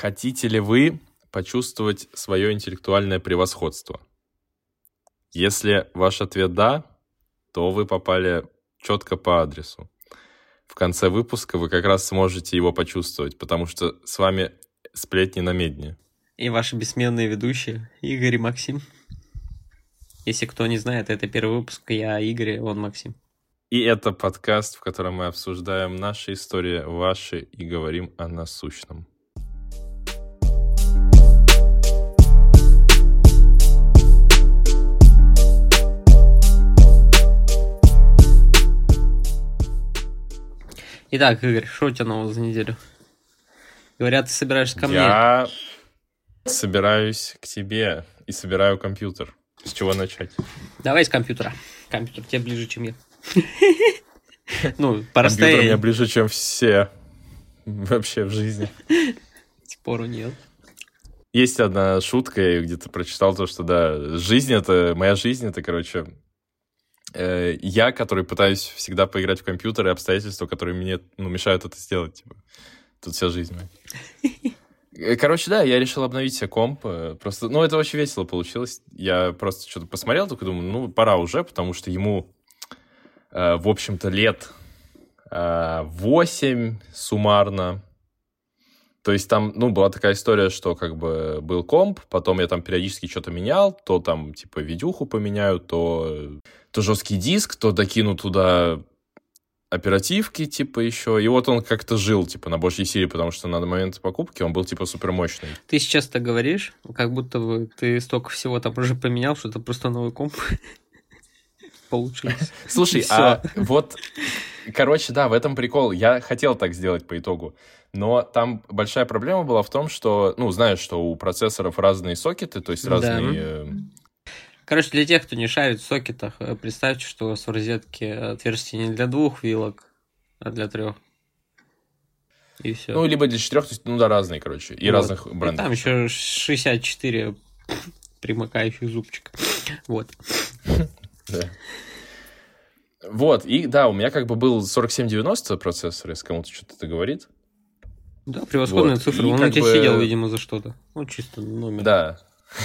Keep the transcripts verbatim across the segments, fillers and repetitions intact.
Хотите ли вы почувствовать свое интеллектуальное превосходство? Если ваш ответ «да», то вы попали четко по адресу. В конце выпуска вы как раз сможете его почувствовать, потому что с вами сплетни на медне. И ваши бессменные ведущие Игорь и Максим. Если кто не знает, это первый выпуск, я Игорь, он Максим. И это подкаст, в котором мы обсуждаем наши истории, ваши, и говорим о насущном. Итак, Игорь, что у тебя нового за неделю? Говорят, ты собираешься ко мне. Я собираюсь к тебе и собираю компьютер. С чего начать? Давай с компьютера. Компьютер тебе ближе, чем я. Ну, по расстоянию. Компьютер мне ближе, чем все вообще в жизни. Спору нет. Есть одна шутка, я где-то прочитал то, что да, жизнь это, моя жизнь это, короче, э, я, который пытаюсь всегда поиграть в компьютер, и обстоятельства, которые мне ну, мешают это сделать. Типа. Тут вся жизнь моя. Короче, да, я решил обновить себе комп. Просто, ну, это очень весело получилось. Я просто что-то посмотрел, только думаю, ну, пора уже, потому что ему, э, в общем-то, лет э, восемь суммарно. То есть там, ну, была такая история, что как бы был комп, потом я там периодически что-то менял, то там, типа, видюху поменяю, то, то жесткий диск, то докину туда оперативки, типа, еще. И вот он как-то жил, типа, на божьей силе, потому что на момент покупки он был, типа, супермощный. Ты сейчас так говоришь, как будто бы ты столько всего там уже поменял, что это просто новый комп получился. Слушай, а вот, короче, да, в этом прикол. Я хотел так сделать по итогу, но там большая проблема была в том, что, ну, знаешь, что у процессоров разные сокеты, то есть разные... Короче, для тех, кто не шарит в сокетах, представьте, что у вас в розетке отверстие не для двух вилок, а для трех. И все. Ну, либо для четырех, то есть, ну да, разные, короче, и вот. Разных брендов. И там еще шестьдесят четыре примыкающих зубчика. Вот. Да. Вот, и да, у меня как бы был сорок семь девяносто процессор, если кому-то что-то это говорит. Да, превосходная вот. Цифра. Он у тебя бы... сидел, видимо, за что-то. Ну, чисто номер. Да.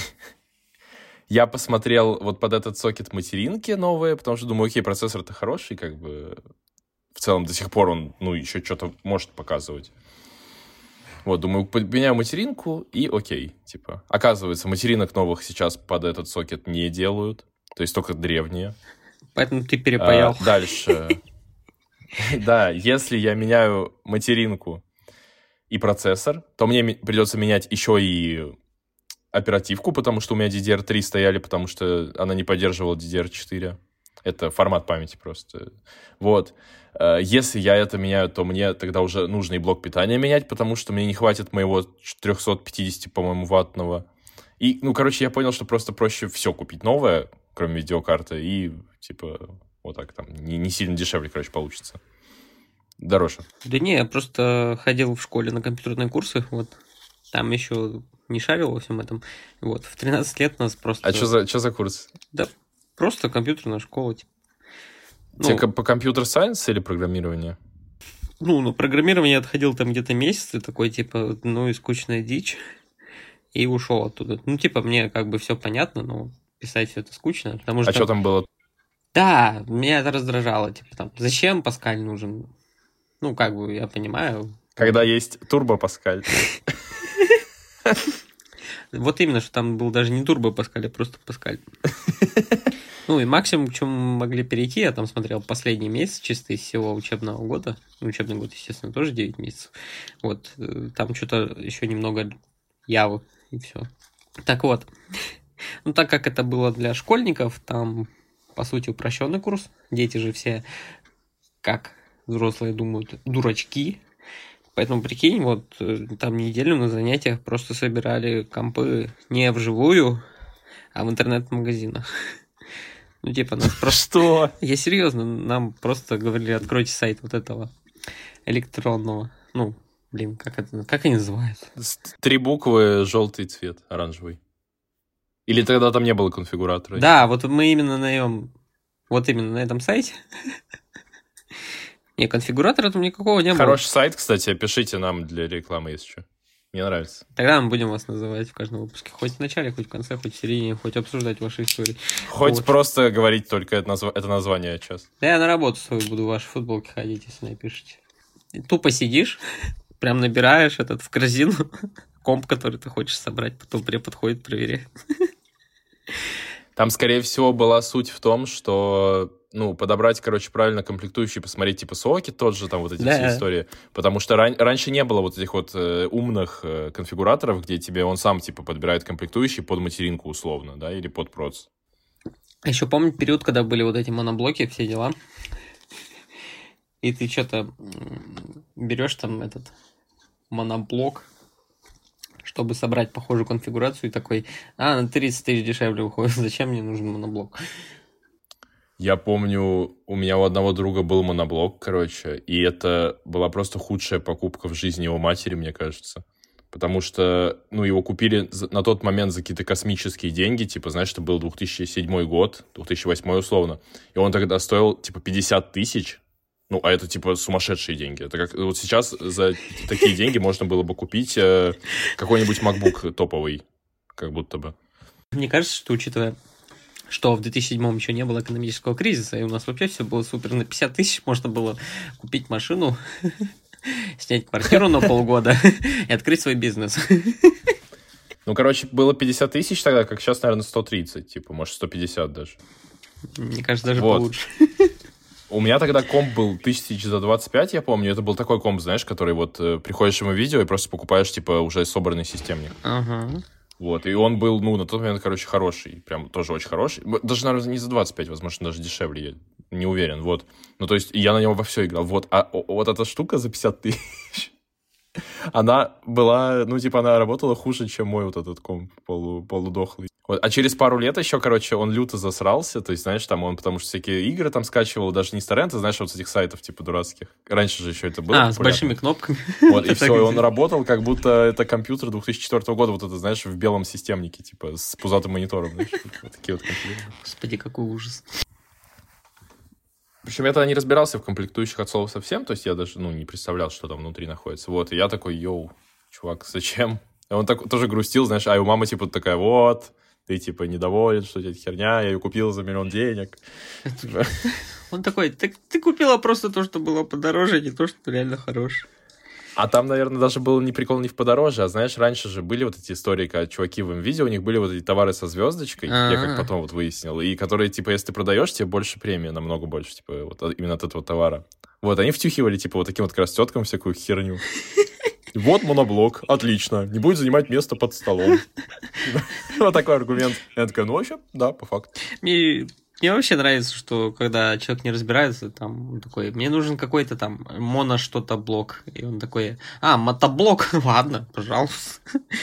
Я посмотрел вот под этот сокет материнки новые, потому что думаю, окей, процессор-то хороший, как бы в целом до сих пор он, ну, еще что-то может показывать. Вот, думаю, поменяю материнку и окей, типа. Оказывается, материнок новых сейчас под этот сокет не делают, то есть только древние. Поэтому ты перепаял. А, дальше. Да, если я меняю материнку и процессор, то мне придется менять еще и оперативку, потому что у меня ди ди ар три стояли, потому что она не поддерживала ди ди ар четыре. Это формат памяти просто. Вот. Если я это меняю, то мне тогда уже нужно и блок питания менять, потому что мне не хватит моего четыреста пятьдесят, по-моему, ваттного. И, ну, короче, я понял, что просто проще все купить новое, кроме видеокарты, и, типа, вот так там, не, не сильно дешевле, короче, получится. Дороже. Да не, я просто ходил в школе на компьютерные курсы, вот, там еще не шарил во всем этом, вот, в тринадцать лет нас просто... А что за, что за курс? Да, просто компьютерная школа, типа. Ну, тебе по компьютер-сайенс или программирование? Ну, на программирование я отходил там где-то месяц, и такой, типа, ну и скучная дичь, и ушел оттуда. Ну, типа, мне как бы все понятно, но писать все это скучно, потому что... А что там было? Да, меня это раздражало, типа, там, зачем Паскаль нужен? Ну, как бы, я понимаю. Когда есть Турбо Паскаль. Вот именно, что там был даже не Турбо Паскаль, а просто Паскаль. Ну, и максимум, к чему мы могли перейти, я там смотрел последний месяц чисто из всего учебного года. Учебный год, естественно, тоже девять месяцев. Вот, там что-то еще немного Явы, и все. Так вот, ну, так как это было для школьников, там, по сути, упрощенный курс. Дети же все, как взрослые думают, дурачки. Поэтому, прикинь, вот там неделю на занятиях просто собирали компы не вживую, а в интернет-магазинах. Ну, типа, нас просто... Что? Я серьезно, нам просто говорили, откройте сайт вот этого электронного. Ну, блин, как это, как они называются? Три буквы, желтый цвет, оранжевый. Или тогда там не было конфигуратора? Да, вот мы именно на нем, вот именно на этом сайте. Не, конфигуратора там никакого не было. Хороший сайт, кстати, пишите нам для рекламы, если что. Мне нравится. Тогда мы будем вас называть в каждом выпуске. Хоть в начале, хоть в конце, хоть в середине, хоть обсуждать ваши истории. Хоть вот. Просто говорить только это, назв... это название сейчас. Да я на работу свою буду в ваши футболки ходить, если напишите. И тупо сидишь, прям набираешь этот в корзину комп, который ты хочешь собрать, потом препод подходит, проверяет. Там, скорее всего, была суть в том, что, ну, подобрать, короче, правильно комплектующие, посмотреть, типа, соки, тот же, там, вот эти да. все истории. Потому что ран- раньше не было вот этих вот э, умных э, конфигураторов, где тебе он сам, типа, подбирает комплектующие под материнку, условно, да, или под проц. Еще помню период, когда были вот эти моноблоки, все дела. И ты что-то берешь там этот моноблок, чтобы собрать похожую конфигурацию, и такой, а, на тридцать тысяч дешевле выходит, зачем мне нужен моноблок? Я помню, у меня у одного друга был моноблок, короче, и это была просто худшая покупка в жизни его матери, мне кажется. Потому что, ну, его купили на тот момент за какие-то космические деньги, типа, знаешь, это был две тысячи седьмой год, две тысячи восьмой условно, и он тогда стоил, типа, пятьдесят тысяч. Ну, а это, типа, сумасшедшие деньги. Это как вот сейчас за такие деньги можно было бы купить э, какой-нибудь MacBook топовый, как будто бы. Мне кажется, что, учитывая, что в две тысячи седьмом еще не было экономического кризиса, и у нас вообще все было супер, на пятьдесят тысяч можно было купить машину, снять квартиру на полгода и открыть свой бизнес. Ну, короче, было пятьдесят тысяч тогда, как сейчас, наверное, сто тридцать, типа, может, сто пятьдесят даже. Мне кажется, даже вот. получше. У меня тогда комп был тысяч за двадцать пять, я помню. Это был такой комп, знаешь, который вот э, приходишь ему в видео и просто покупаешь, типа, уже собранный системник. Ага. Вот, и он был, ну, на тот момент, короче, хороший. Прям тоже очень хороший. Даже, наверное, не за двадцать пять, возможно, даже дешевле, я не уверен, вот. Ну, то есть, я на него во все играл. Вот, а вот эта штука за пятьдесят тысяч, она была, ну, типа, она работала хуже, чем мой вот этот комп полу, полудохлый. Вот. А через пару лет еще, короче, он люто засрался, то есть, знаешь, там он, потому что всякие игры там скачивал, даже не с торрента, знаешь, вот с этих сайтов, типа, дурацких. Раньше же еще это было. А, с большими кнопками. Вот, и все, и он работал, как будто это компьютер две тысячи четвёртого года, вот это, знаешь, в белом системнике, типа, с пузатым монитором, знаешь, вот такие вот компьютеры. Господи, какой ужас. Причем я тогда не разбирался в комплектующих от слова совсем, то есть я даже, ну, не представлял, что там внутри находится. Вот, и я такой, йоу, чувак, зачем? И он так, тоже грустил, знаешь, а у мамы, типа, такая, вот, ты, типа, недоволен, что это херня, я ее купил за миллион денег. Он такой, ты, ты купила просто то, что было подороже, не то, что реально хорошее. А там, наверное, даже был не прикол не в подороже, а, знаешь, раньше же были вот эти истории, когда чуваки в МВидео, у них были вот эти товары со звездочкой, А-а-а. я как потом вот выяснил, и которые, типа, если ты продаешь, тебе больше премии, намного больше, типа, вот именно от этого товара. Вот, они втюхивали, типа, вот таким вот как раз теткам всякую херню. Вот моноблок, отлично, не будет занимать место под столом. Вот такой аргумент. Я такая, ну вообще, да, по факту. Мне, мне вообще нравится, что когда человек не разбирается, там, он такой, мне нужен какой-то там моно что-то блок. И он такой, а, мотоблок, ладно, пожалуйста.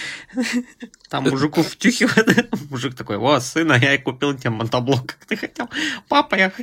Там мужику втюхивает. Мужик такой, о, сына, я купил тебе мотоблок, как ты хотел. Папа, я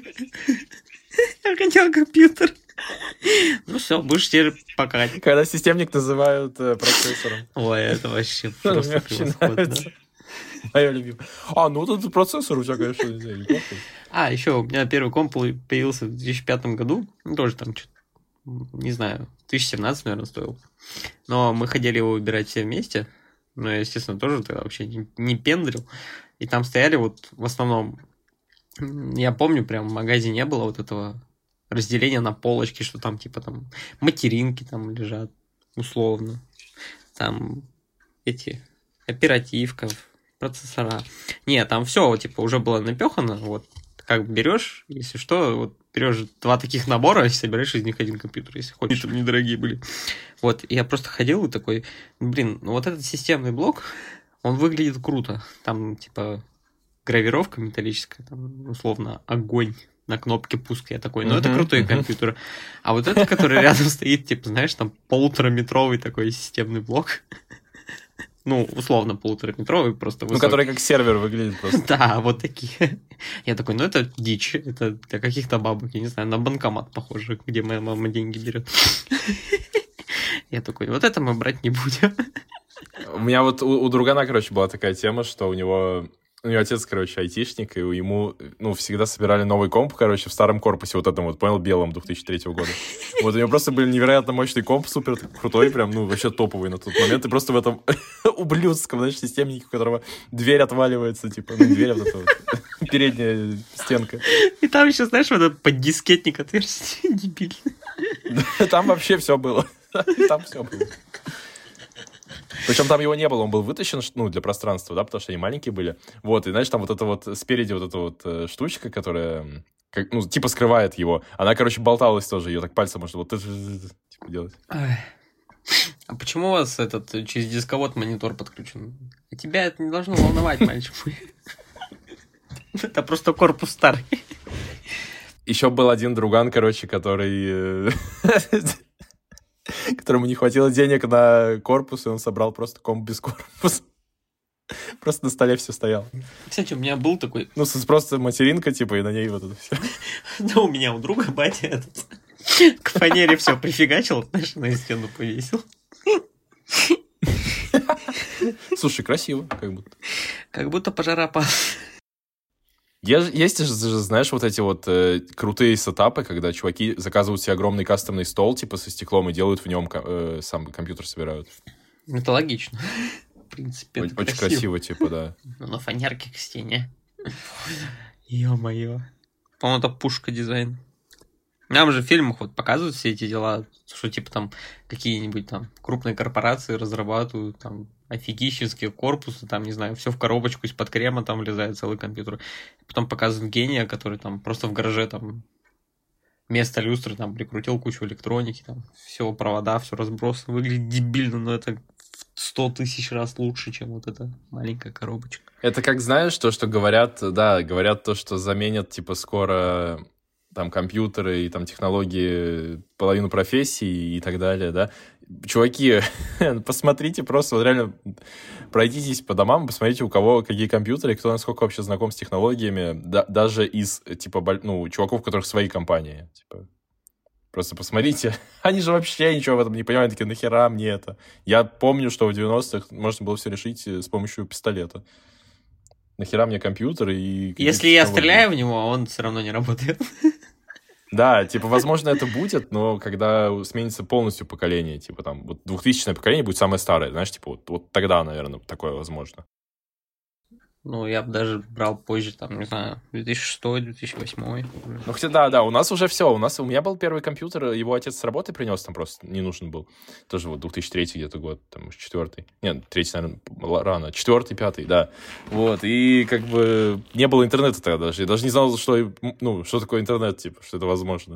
я хотел компьютер. Ну все, будешь теперь покать. Когда системник называют э, процессором. Ой, это вообще просто превосходно. Моя любимая. А, ну тут процессор у тебя, конечно, неплохой. А, еще у меня первый комп появился в две тысячи пятом году. Ну, тоже там что-то, не знаю, две тысячи семнадцатом, наверное, стоил. Но мы ходили его выбирать все вместе. Но я, естественно, тоже тогда вообще не, не пендрил. И там стояли вот в основном... Я помню, прям в магазине не было вот этого... разделение на полочки, что там, типа, там, материнки там лежат, условно. Там эти, оперативка, процессора. Не, там все, типа, уже было напехано, вот, как берешь, если что, вот, берешь два таких набора и собираешь из них один компьютер, если хочешь, чтобы недорогие были. Вот, и я просто ходил и такой, блин, ну вот этот системный блок, он выглядит круто. Там, типа, гравировка металлическая, там, условно, огонь на кнопке пуска. Я такой, ну, uh-huh, это крутой uh-huh. компьютер. А вот этот, который рядом стоит, типа, знаешь, там полутораметровый такой системный блок. Ну, условно, полутораметровый, просто высокий. Ну, который как сервер выглядит просто. Да, вот такие. Я такой, ну, это дичь. Это для каких-то бабок, я не знаю, на банкомат похоже, где моя мама деньги берет. Я такой, вот это мы брать не будем. У меня вот у, у другана, короче, была такая тема, что у него У него отец, короче, айтишник, и ему, ну, всегда собирали новый комп, короче, в старом корпусе, вот этом вот, понял, белом две тысячи третьего года. Вот у него просто был невероятно мощный комп, супер крутой, прям, ну, вообще топовый на тот момент. И просто в этом ублюдском, знаешь, системнике, у которого дверь отваливается, типа, ну, дверь, вот эта вот, передняя стенка. И там еще, знаешь, вот этот поддискетник отверстие, дебильный. Там вообще все было. Там все было. Причем там его не было, он был вытащен, ну, для пространства, да, потому что они маленькие были. Вот, и знаешь, там вот эта вот спереди вот эта вот э, штучка, которая, как, ну, типа скрывает его, она, короче, болталась тоже, ее так пальцем можно вот типа делать. А почему у вас этот через дисковод монитор подключен? А тебя это не должно волновать, мальчик. Это просто корпус старый. Еще был один друган, короче, который... которому не хватило денег на корпус, и он собрал просто комп без корпуса. Просто на столе все стояло. Кстати, у меня был такой... Ну, просто материнка, типа, и на ней вот это все. Да, у меня у друга батя этот к фанере все прифигачил, знаешь, на стену повесил. Слушай, красиво, как будто. Как будто пожароопасно. Есть же, знаешь, вот эти вот э, крутые сетапы, когда чуваки заказывают себе огромный кастомный стол, типа, со стеклом, и делают в нем э, сам компьютер собирают. Это логично. В принципе, Очень, это очень красиво. красиво, типа, да. Ну, на фанерке к стене. Ё-моё. По-моему, это пушка дизайн. Нам же в фильмах вот показывают все эти дела, что типа там какие-нибудь там крупные корпорации разрабатывают там офигищенские корпусы, там, не знаю, все в коробочку из-под крема, там влезает целый компьютер. Потом показывают гения, который там просто в гараже там вместо люстры там прикрутил кучу электроники, там все, провода, все разбросано. Выглядит дебильно, но это в сто тысяч раз лучше, чем вот эта маленькая коробочка. Это как, знаешь, то, что говорят, да, говорят то, что заменят, типа, скоро там компьютеры и там технологии половину профессий и так далее, да. Чуваки, посмотрите просто, вот реально пройдитесь по домам, посмотрите, у кого какие компьютеры, кто насколько вообще знаком с технологиями, да, даже из, типа, ну, чуваков, у которых свои компании, типа. Просто посмотрите, они же вообще ничего в этом не понимают, такие, нахера мне это? Я помню, что в девяностых можно было все решить с помощью пистолета. Нахера мне компьютер и... Если я стреляю в него, он все равно не работает. Да, типа, возможно, это будет, но когда сменится полностью поколение, типа, там, вот двухтысячное поколение будет самое старое, знаешь, типа, вот, вот тогда, наверное, такое возможно. Ну, я бы даже брал позже, там, не знаю, две тысячи шестой - две тысячи восьмой. Ну, хотя, да, да, у нас уже все, у нас, у меня был первый компьютер, его отец с работы принес, там просто не нужен был. Тоже вот две тысячи третий где-то год, там, четвертый. Нет, третий, наверное, рано. Четвертый, пятый, да. Вот, и как бы не было интернета тогда даже. Я даже не знал, что, ну, что такое интернет, типа, что это возможно.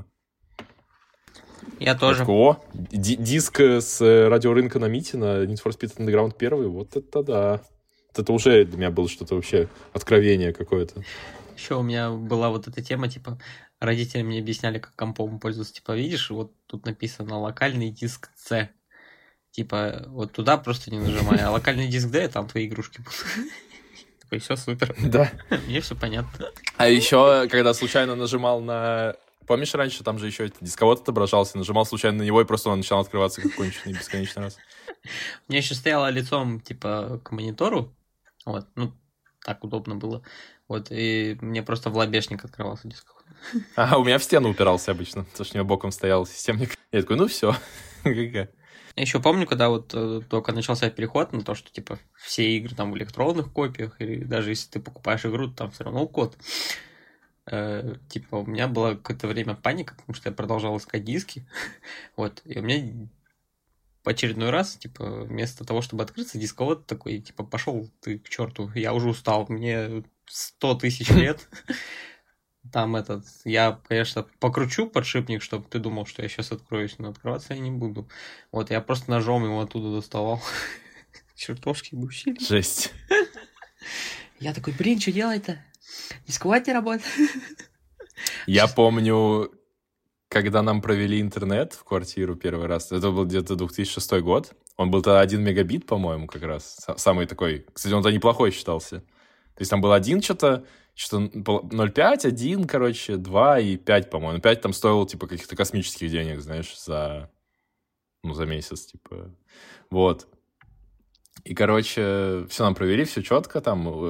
Я тоже. Я такой, о, ди- диск с радиорынка на Митина, Need for Speed Underground первый, вот это да. Это уже для меня было что-то вообще откровение какое-то. Еще у меня была вот эта тема, типа, родители мне объясняли, как компом пользоваться. Типа, видишь, вот тут написано локальный диск C. Типа, вот туда просто не нажимай, а локальный диск D, там твои игрушки будут. Такой, все супер. Да. Мне все понятно. А еще, когда случайно нажимал на... Помнишь, раньше там же еще дисковод отображался, нажимал случайно на него, и просто он начинал открываться как конченый бесконечный раз. У меня еще стояло лицом, типа, к монитору. Вот, ну, так удобно было. Вот, и мне просто в лобешник открывался дисковод. А, у меня в стену упирался обычно, потому что у него боком стоял системник. Я такой, ну все. Я еще помню, когда вот э, только начался переход на то, что, типа, все игры там в электронных копиях, или даже если ты покупаешь игру, там все равно код. Э, типа, у меня была какое-то время паника, потому что я продолжал искать диски. Вот, и у меня... в очередной раз, типа, вместо того, чтобы открыться, дисковод такой, типа, пошел ты к черту, я уже устал, мне сто тысяч лет. Там этот, я, конечно, покручу подшипник, чтобы ты думал, что я сейчас откроюсь, но открываться я не буду. Вот, я просто ножом его оттуда доставал. Чертовски бусили. Жесть. Я такой, блин, что делать-то? Дисковод не работает. Я помню... Когда нам провели интернет в квартиру первый раз, это был где-то две тысячи шестой год, он был тогда один мегабит, по-моему, как раз, самый такой, кстати, он тогда неплохой считался. То есть там был один что-то, что-то ноль пять, один, короче, два и пять, по-моему. пять там стоило, типа, каких-то космических денег, знаешь, за, ну, за месяц, типа, вот. И, короче, все нам провели, все четко, там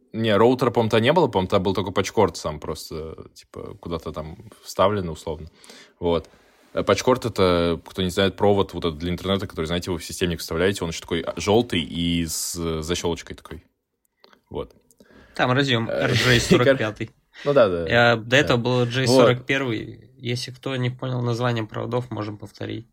Не, роутера, по-моему, не было, по-моему, был только патчкорд сам просто, типа, куда-то там вставлен условно. Вот. Патчкорд — это, кто не знает, провод вот этот для интернета, который, знаете, вы в системник вставляете, он еще такой желтый и с защелочкой такой. Вот. Там разъем эр джей сорок пять. Ну да, да. Я, до да. этого был джей сорок один. Вот. Если кто не понял название проводов, можем повторить.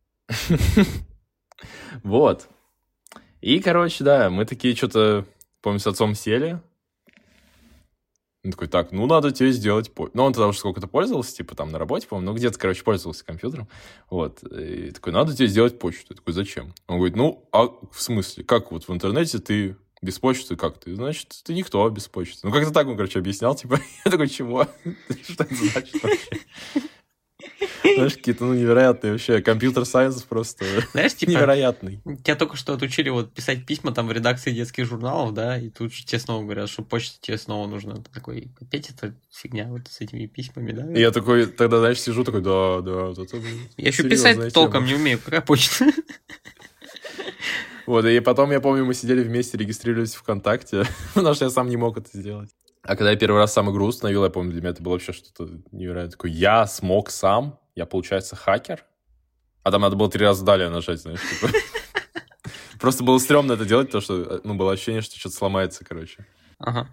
Вот. И, короче, да, мы такие что-то, помню, с отцом сели. Он такой, так, ну, надо тебе сделать почту. Ну, он тогда уже сколько-то пользовался, типа, там, на работе, по-моему, ну, где-то, короче, пользовался компьютером. Вот. И такой, надо тебе сделать почту. Я такой, зачем? Он говорит, ну, а в смысле? Как вот в интернете ты без почты, как ты? Значит, ты никто без почты. Ну, как-то так он, короче, объяснял, типа, я такой, чего? Что это значит вообще? Знаешь, какие-то, ну, невероятные вообще. Компьютер-сайенс просто Знаешь, типа, невероятный. Тебя только что отучили вот писать письма там в редакции детских журналов, да, и тут же тебе снова говорят, что почта тебе снова нужна. Ты такой, опять это фигня вот с этими письмами, да? И я такой, тогда, знаешь, сижу такой, да, да, вот это я еще писать тема. Толком не умею, какая почта? Вот, и потом, я помню, мы сидели вместе, регистрировались ВКонтакте, потому что я сам не мог это сделать. А когда я первый раз сам игру установил, я помню, для меня это было вообще что-то невероятное. Такой, я смог сам? Я, получается, хакер? А там надо было три раза далее нажать, знаешь, типа. Просто было стрёмно это делать, потому что, ну, было ощущение, что что-то сломается, короче. Ага.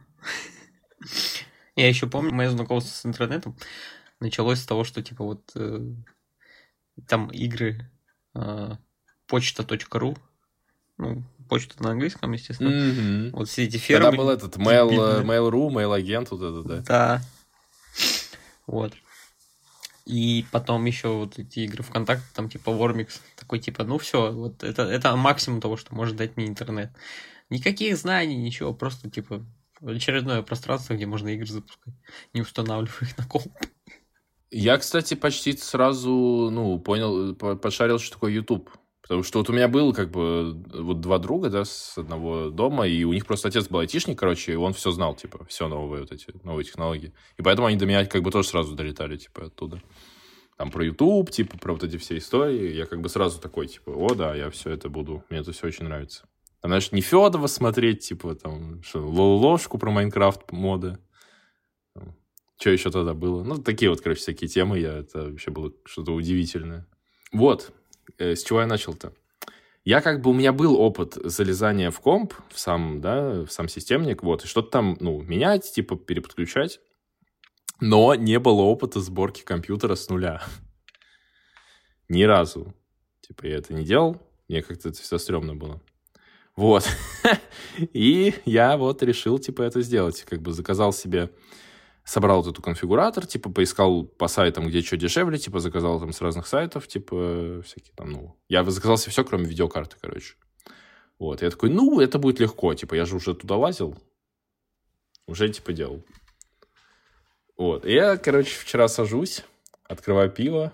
Я еще помню, мое знакомство с интернетом началось с того, что, типа, вот э, там игры э, почта точка ру, ну, почта на английском, естественно. Mm-hmm. Вот все эти фермы. Тогда был этот Mail, Mail.ru, Mail-агент, вот это, да. Да. Вот. И потом еще вот эти игры ВКонтакте, там типа Вормикс, такой типа, ну все, вот это, это максимум того, что может дать мне интернет. Никаких знаний, ничего, просто типа очередное пространство, где можно игры запускать, не устанавливая их на комп. Я, кстати, почти сразу, ну, понял, пошарил, что такое YouTube. Потому что вот у меня был как бы вот два друга, да, с одного дома, и у них просто отец был айтишник, короче, и он все знал, типа, все новые вот эти, новые технологии. И поэтому они до меня как бы тоже сразу долетали, типа, оттуда. Там про YouTube, типа, про вот эти все истории. Я как бы сразу такой, типа, о, да, я все это буду, мне это все очень нравится. Там, знаешь, не Федова смотреть, типа, там, что, Лолошку про Майнкрафт моды. Что еще тогда было? Ну, такие вот, короче, всякие темы, я, это вообще было что-то удивительное. Вот. С чего я начал-то? Я как бы, у меня был опыт залезания в комп, в сам, да, в сам системник, вот, и что-то там, ну, менять, типа, переподключать, но не было опыта сборки компьютера с нуля. Ни разу. Типа, я это не делал, мне как-то это все стрёмно было. Вот. И я вот решил, типа, это сделать. Как бы заказал себе... Собрал вот эту конфигуратор, типа, поискал по сайтам, где что дешевле, типа, заказал там с разных сайтов, типа, всякие там, ну... Я заказал себе все, кроме видеокарты, короче. Вот, я такой, ну, это будет легко, типа, я же уже туда лазил, уже, типа, делал. Вот, и я, короче, вчера сажусь, открываю пиво,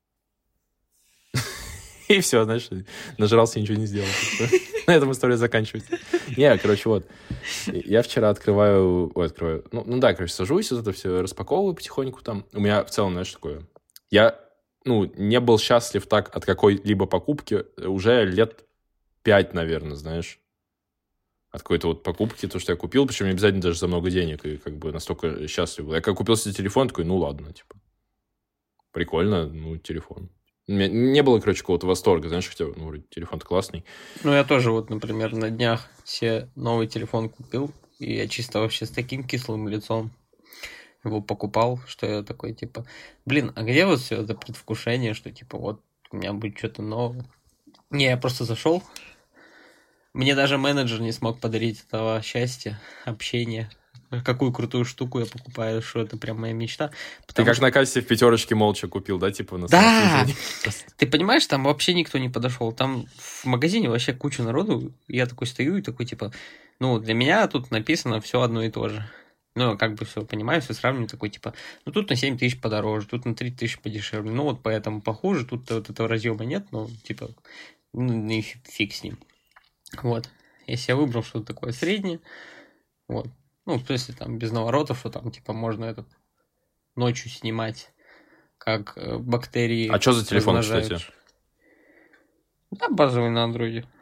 и все, знаешь, нажрался и ничего не сделал. На этом история заканчивается. Не, короче, вот. Я вчера открываю... Ой, открываю... Ну, ну да, короче, сажусь, вот это все распаковываю потихоньку там. У меня в целом, знаешь, такое... Я, ну, не был счастлив так от какой-либо покупки уже лет пять, наверное, знаешь. От какой-то вот покупки, то, что я купил, причем не обязательно даже за много денег, и как бы настолько счастлив был. Я как купил себе телефон, такой, ну ладно, типа. Прикольно, ну, телефон. У меня не было, короче, какого-то восторга, знаешь, хотя, ну, вроде телефон-то классный. Ну, я тоже вот, например, на днях себе новый телефон купил, и я чисто вообще с таким кислым лицом его покупал, что я такой, типа, блин, а где вот все это предвкушение, что, типа, вот у меня будет что-то новое? Не, я просто зашел, мне даже менеджер не смог подарить этого счастья, общения. Какую крутую штуку я покупаю, что это прям моя мечта. Ты как что... на кассе в пятерочке молча купил, да, типа на Да! Ты понимаешь, там вообще никто не подошел. Там в магазине вообще куча народу. Я такой стою и такой, типа, ну, для меня тут написано все одно и то же. Ну, как бы все понимаю, все сравниваю, такой, типа, ну, тут на семь тысяч подороже, тут на три тысячи подешевле. Ну, вот поэтому похуже, тут вот этого разъема нет, но, типа, ну, и фиг с ним. Вот. Если я выбрал что-то такое среднее, вот. Ну, в смысле, там, без наворотов, что там, типа, можно этот ночью снимать, как э, бактерии. А что за телефон, кстати? Да, базовый на андроиде.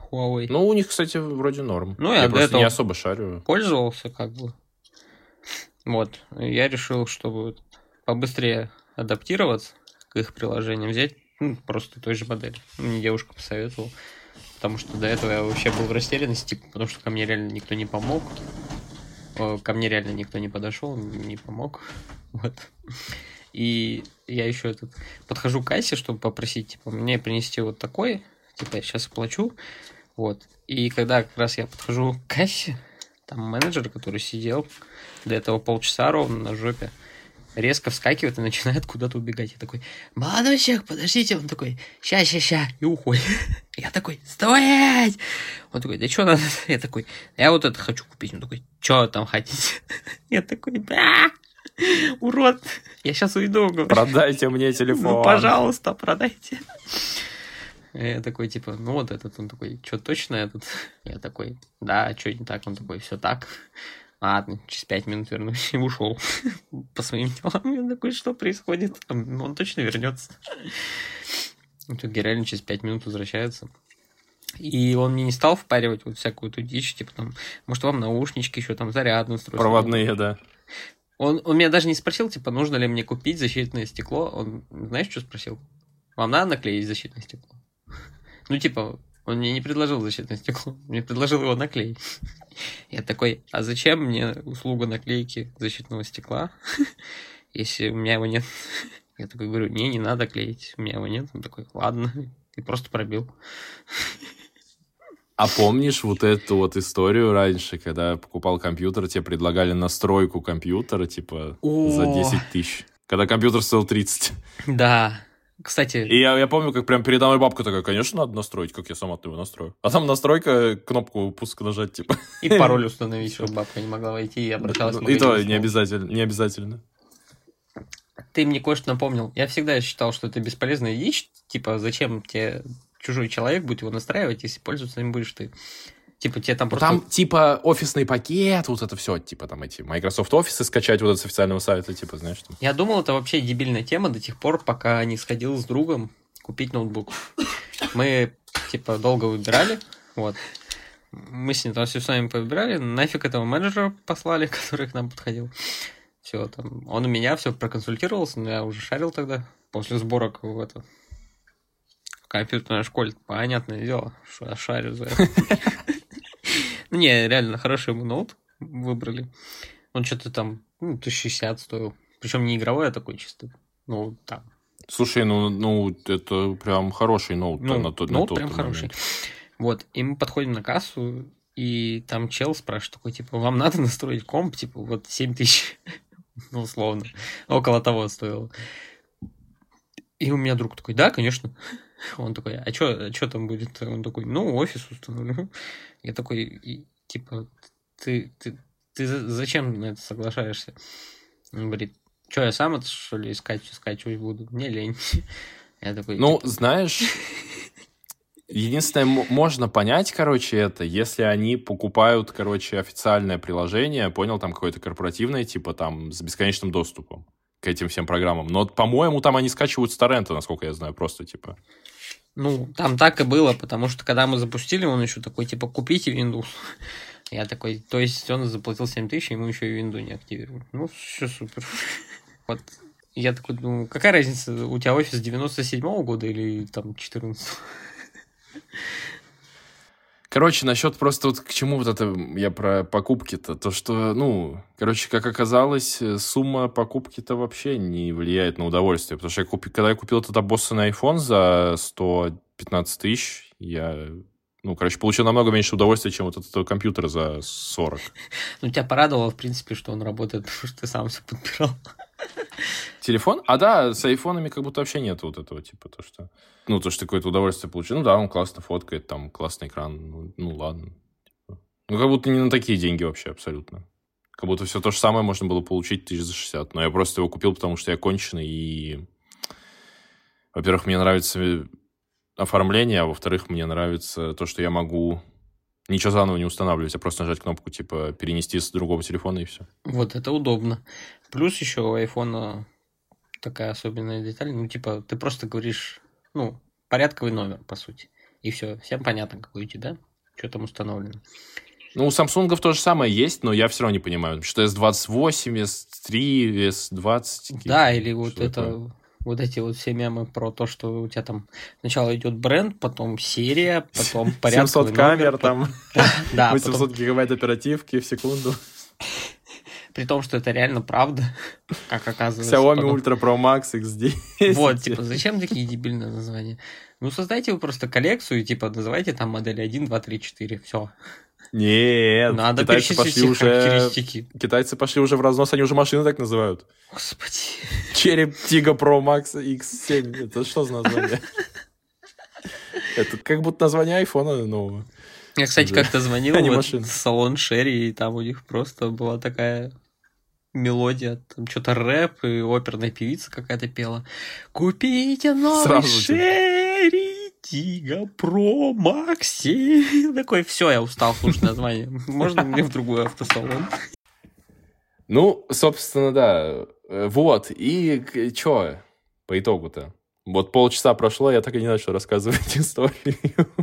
Huawei. Ну, у них, кстати, вроде норм. Ну, я я до просто этого не особо шарю. пользовался, как бы. Вот. Я решил, чтобы побыстрее адаптироваться к их приложениям, взять ну, просто той же модели. Мне девушка посоветовала. Потому что до этого я вообще был в растерянности, потому что ко мне реально никто не помог. Ко мне реально никто не подошел, не помог. Вот. И я еще этот подхожу к кассе, чтобы попросить, типа, мне принести вот такой. Типа, я сейчас оплачу. Вот. И когда как раз я подхожу к кассе, там менеджер, который сидел до этого полчаса ровно на жопе, резко вскакивает и начинает куда-то убегать. Я такой, молодой человек, подождите. Он такой, ща, ща, ща. И уходит. Я такой, стоять! Он такой, да что надо? Я такой, я вот это хочу купить. Он такой, что там хотите? Я такой, бля, урод, я сейчас уйду. Говорю. Продайте мне телефон. Ну, пожалуйста, продайте. Я такой, типа, ну вот этот. Он такой, что, точно этот? Я такой, да, что не так? Он такой, все так. Ладно, через пять минут вернусь и ушел по своим делам. Я такой, что происходит? Он точно вернется. Тут реально через пять минут возвращается. И он мне не стал впаривать вот всякую эту дичь, типа там, может, вам наушнички еще там зарядное устройство. Проводные, да. Он, он меня даже не спросил, типа, нужно ли мне купить защитное стекло. Он, знаешь, что спросил? Вам надо наклеить защитное стекло? Ну, типа, он мне не предложил защитное стекло, мне предложил его наклеить. Я такой, а зачем мне услуга наклейки защитного стекла, если у меня его нет? Я такой говорю, не, не надо клеить, у меня его нет. Он такой, ладно, и просто пробил. А помнишь вот эту вот историю раньше, когда я покупал компьютер, тебе предлагали настройку компьютера, типа, О! за десять тысяч, когда компьютер стоил тридцать. Да. Кстати... И я, я помню, как прям передо мной бабка такая, конечно, надо настроить, как я сам от него настрою. А там настройка, кнопку пуск нажать, типа. И пароль установить, чтобы бабка не могла войти и обращалась в И то магазин. не обязательно, не обязательно. Ты мне кое-что напомнил. Я всегда считал, что это бесполезная дичь. Типа, зачем тебе чужой человек будет его настраивать, если пользоваться им будешь ты? Типа, тебе там просто... Там, типа, офисный пакет, вот это все, типа, там эти Microsoft Office скачать вот это с официального сайта, типа, знаешь, там. Я думал, это вообще дебильная тема до тех пор, пока не сходил с другом купить ноутбук. Мы, типа, долго выбирали, вот. Мы с ним там все с вами повыбирали, нафиг этого менеджера послали, который к нам подходил. Все, там, он у меня все проконсультировался, но я уже шарил тогда, после сборок в это... в компьютерной школе. Понятное дело, что я шарю за это. Не, реально, хороший ему ноут выбрали. Он что-то там, ну, тысяча шестьдесят стоил. Причем не игровой, а такой чистый. Ну, там. Слушай, ну, ну это прям хороший ноут. Ну, на тот, ноут на прям тот хороший. момент. Вот, и мы подходим на кассу, и там чел спрашивает такой, типа, вам надо настроить комп, типа, вот семь тысяч, ну, условно. Около того стоило. И у меня друг такой, да, конечно. Он такой, а что а чё там будет? Он такой, ну, офис установлю. Я такой, и, типа, ты, ты, ты зачем на это соглашаешься? Он говорит, что, я сам это, что ли, искать, скачивать буду? Мне лень. Я такой, ну, типа... знаешь, единственное, можно понять, короче, это, если они покупают, короче, официальное приложение, понял, там какое-то корпоративное, типа, там, с бесконечным доступом к этим всем программам. Но, по-моему, там они скачивают с торрента, насколько я знаю, просто, типа... Ну, там так и было, потому что, когда мы запустили, он еще такой, типа, купите Windows. Я такой, то есть он заплатил семь тысяч, ему еще и Windows не активировали. Ну, все супер. Вот. Я такой, ну, какая разница, у тебя офис девяносто седьмого года или там четырнадцатого? Короче, насчет просто вот к чему вот это я про покупки-то, то что, ну, короче, как оказалось, сумма покупки-то вообще не влияет на удовольствие, потому что я купи, когда я купил этот обоссанный iPhone за сто пятнадцать тысяч, я, ну, короче, получил намного меньше удовольствия, чем вот от этого компьютера за сорок. Ну, тебя порадовало, в принципе, что он работает, потому что ты сам все подбирал. Телефон? А да, с айфонами как будто вообще нет вот этого, типа, то, что... Ну, то, что какое-то удовольствие получил. Ну да, он классно фоткает, там, классный экран. Ну, ну ладно. Ну, как будто не на такие деньги вообще абсолютно. Как будто все то же самое можно было получить тысяч за шестьдесят. Но я просто его купил, потому что я конченый, и... Во-первых, мне нравится оформление, а во-вторых, мне нравится то, что я могу ничего заново не устанавливать, а просто нажать кнопку, типа, перенести с другого телефона, и все. Вот, это удобно. Плюс еще у айфона такая особенная деталь, ну, типа, ты просто говоришь, ну, порядковый номер, по сути. И все, всем понятно, какой у тебя, что там установлено. Ну, у Samsung то же самое есть, но я все равно не понимаю, что эс двадцать восемь, эс три, эс двадцать. Да, или вот это, такое? вот эти вот все мемы про то, что у тебя там сначала идет бренд, потом серия, потом порядковый семьсот камер, номер, там да, восемьсот гигабайт оперативки в секунду. При том, что это реально правда, как оказывается. Xiaomi потом... Ultra Pro Max икс десять. Вот, типа, зачем такие дебильные названия? Ну, создайте вы просто коллекцию и, типа, называйте там модели один, два, три, четыре, все. Нет, Надо китайцы пошли уже... характеристики. Китайцы пошли уже в разнос, они уже машины так называют. Господи. Череп Tiga Pro Max икс семь. Это что за название? Это как будто название айфона нового. Я, кстати, как-то звонил в салон Шерри, и там у них просто была такая мелодия, там что-то рэп, и оперная певица какая-то пела. Купите новый Шерри Tiga Pro Max. Такой, все, я устал слушать название. Можно мне в другой автосалон? Ну, собственно, да. Вот, и чё по итогу-то? Вот полчаса прошло, я так и не начал рассказывать историю.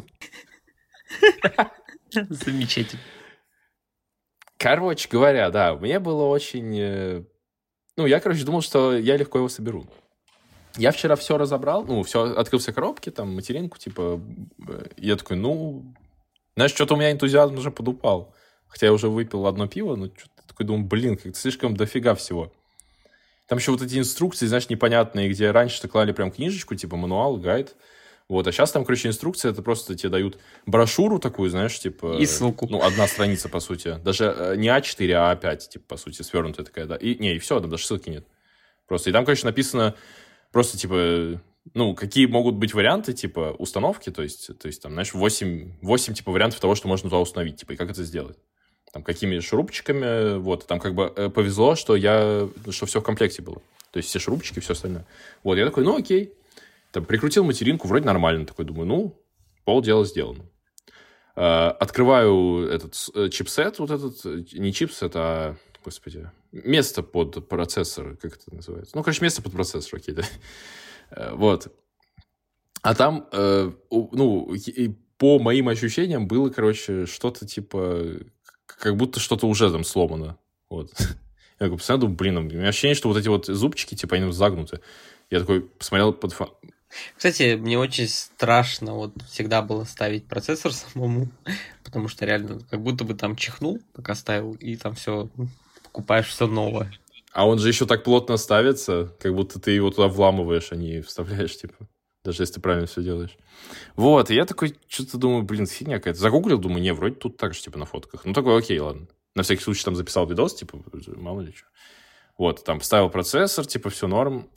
Замечательно. Короче говоря, да, мне было очень... Ну, я, короче, думал, что я легко его соберу. Я вчера все разобрал, ну, все, открыл все коробки, там, материнку, типа... Я такой, ну... Знаешь, что-то у меня энтузиазм уже подупал. Хотя я уже выпил одно пиво, но что-то такой думаю, блин, как-то слишком дофига всего. Там еще вот эти инструкции, знаешь, непонятные, где раньше-то клали прям книжечку, типа мануал, гайд. Вот, а сейчас там, короче, инструкция, это просто тебе дают брошюру такую, знаешь, типа... И ссылку. Ну, одна страница, по сути. Даже не а четыре, а а пять, типа, по сути, свернутая такая, да. И, не, и все, там даже ссылки нет. Просто. И там, конечно, написано просто, типа, ну, какие могут быть варианты, типа, установки, то есть, то есть там, знаешь, восемь, восемь, типа, вариантов того, что можно туда установить, типа, и как это сделать. Там, какими шурупчиками, вот. Там, как бы, повезло, что я... что все в комплекте было. То есть, все шурупчики, все остальное. Вот, я такой, ну, окей. Там, прикрутил материнку, вроде нормально. Такой, думаю, ну, полдела сделано. Э, открываю этот чипсет, вот этот, не чипсет, а, господи, место под процессор, как это называется? Ну, короче, место под процессор, окей, да. Э, вот. А там, э, ну, по моим ощущениям, было, короче, что-то типа, как будто что-то уже там сломано. Вот. Я такой посмотрел, думаю, блин, у меня ощущение, что вот эти вот зубчики, типа, они загнуты. Я такой посмотрел под... Кстати, мне очень страшно вот всегда было ставить процессор самому, потому что реально как будто бы там чихнул, пока ставил, и там все покупаешь все новое. А он же еще так плотно ставится, как будто ты его туда вламываешь, а не вставляешь, типа, даже если ты правильно все делаешь. Вот, и я такой что-то думаю, блин, фигня какая-то. Загуглил, думаю, не, вроде тут так же, типа, на фотках. Ну, такой, окей, ладно. На всякий случай там записал видос, типа, мало ли что. Вот, там вставил процессор, типа, все норм.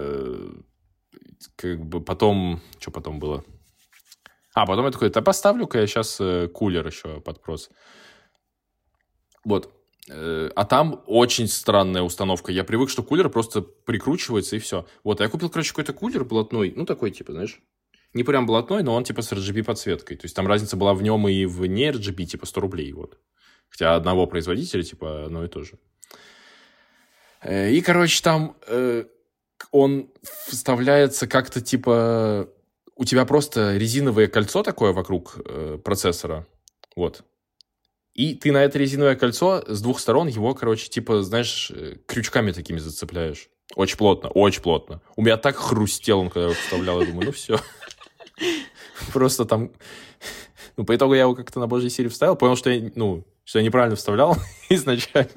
Как бы потом... Что потом было? А, потом я такой, да поставлю-ка я сейчас э, кулер еще под прос. Вот. Э, а там очень странная установка. Я привык, что кулер просто прикручивается и все. Вот, а я купил, короче, какой-то кулер блатной. Ну, такой, типа, знаешь, не прям блатной, но он, типа, с эр джи би-подсветкой. То есть там разница была в нем и в не эр джи би, типа, сто рублей, вот. Хотя одного производителя, типа, одно и то же. Э, и, короче, там... Э, он вставляется как-то, типа... У тебя просто резиновое кольцо такое вокруг э, процессора. Вот. И ты на это резиновое кольцо с двух сторон его, короче, типа, знаешь, крючками такими зацепляешь. Очень плотно, очень плотно. У меня так хрустел он, когда я его вставлял. Я думаю, ну все. Просто там... Ну, по итогу я его как-то на божьей серии вставил. Понял, что я, ну, что я неправильно вставлял изначально.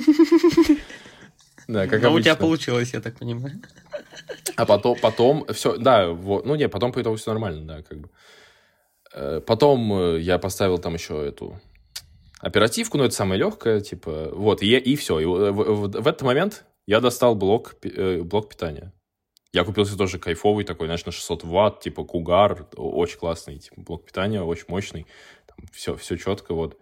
Да, как Но обычно. у тебя получилось, я так понимаю. А потом, потом все, да, вот, ну не, потом по итогу все нормально, да, как бы. Потом я поставил там еще эту оперативку, но это самое легкое, типа, вот, и, и все. И в, в, в этот момент я достал блок, блок питания. Я купил себе тоже кайфовый такой, знаешь, на шестьсот ватт, типа, Кугар, очень классный, типа, блок питания, очень мощный, там все, все четко, вот.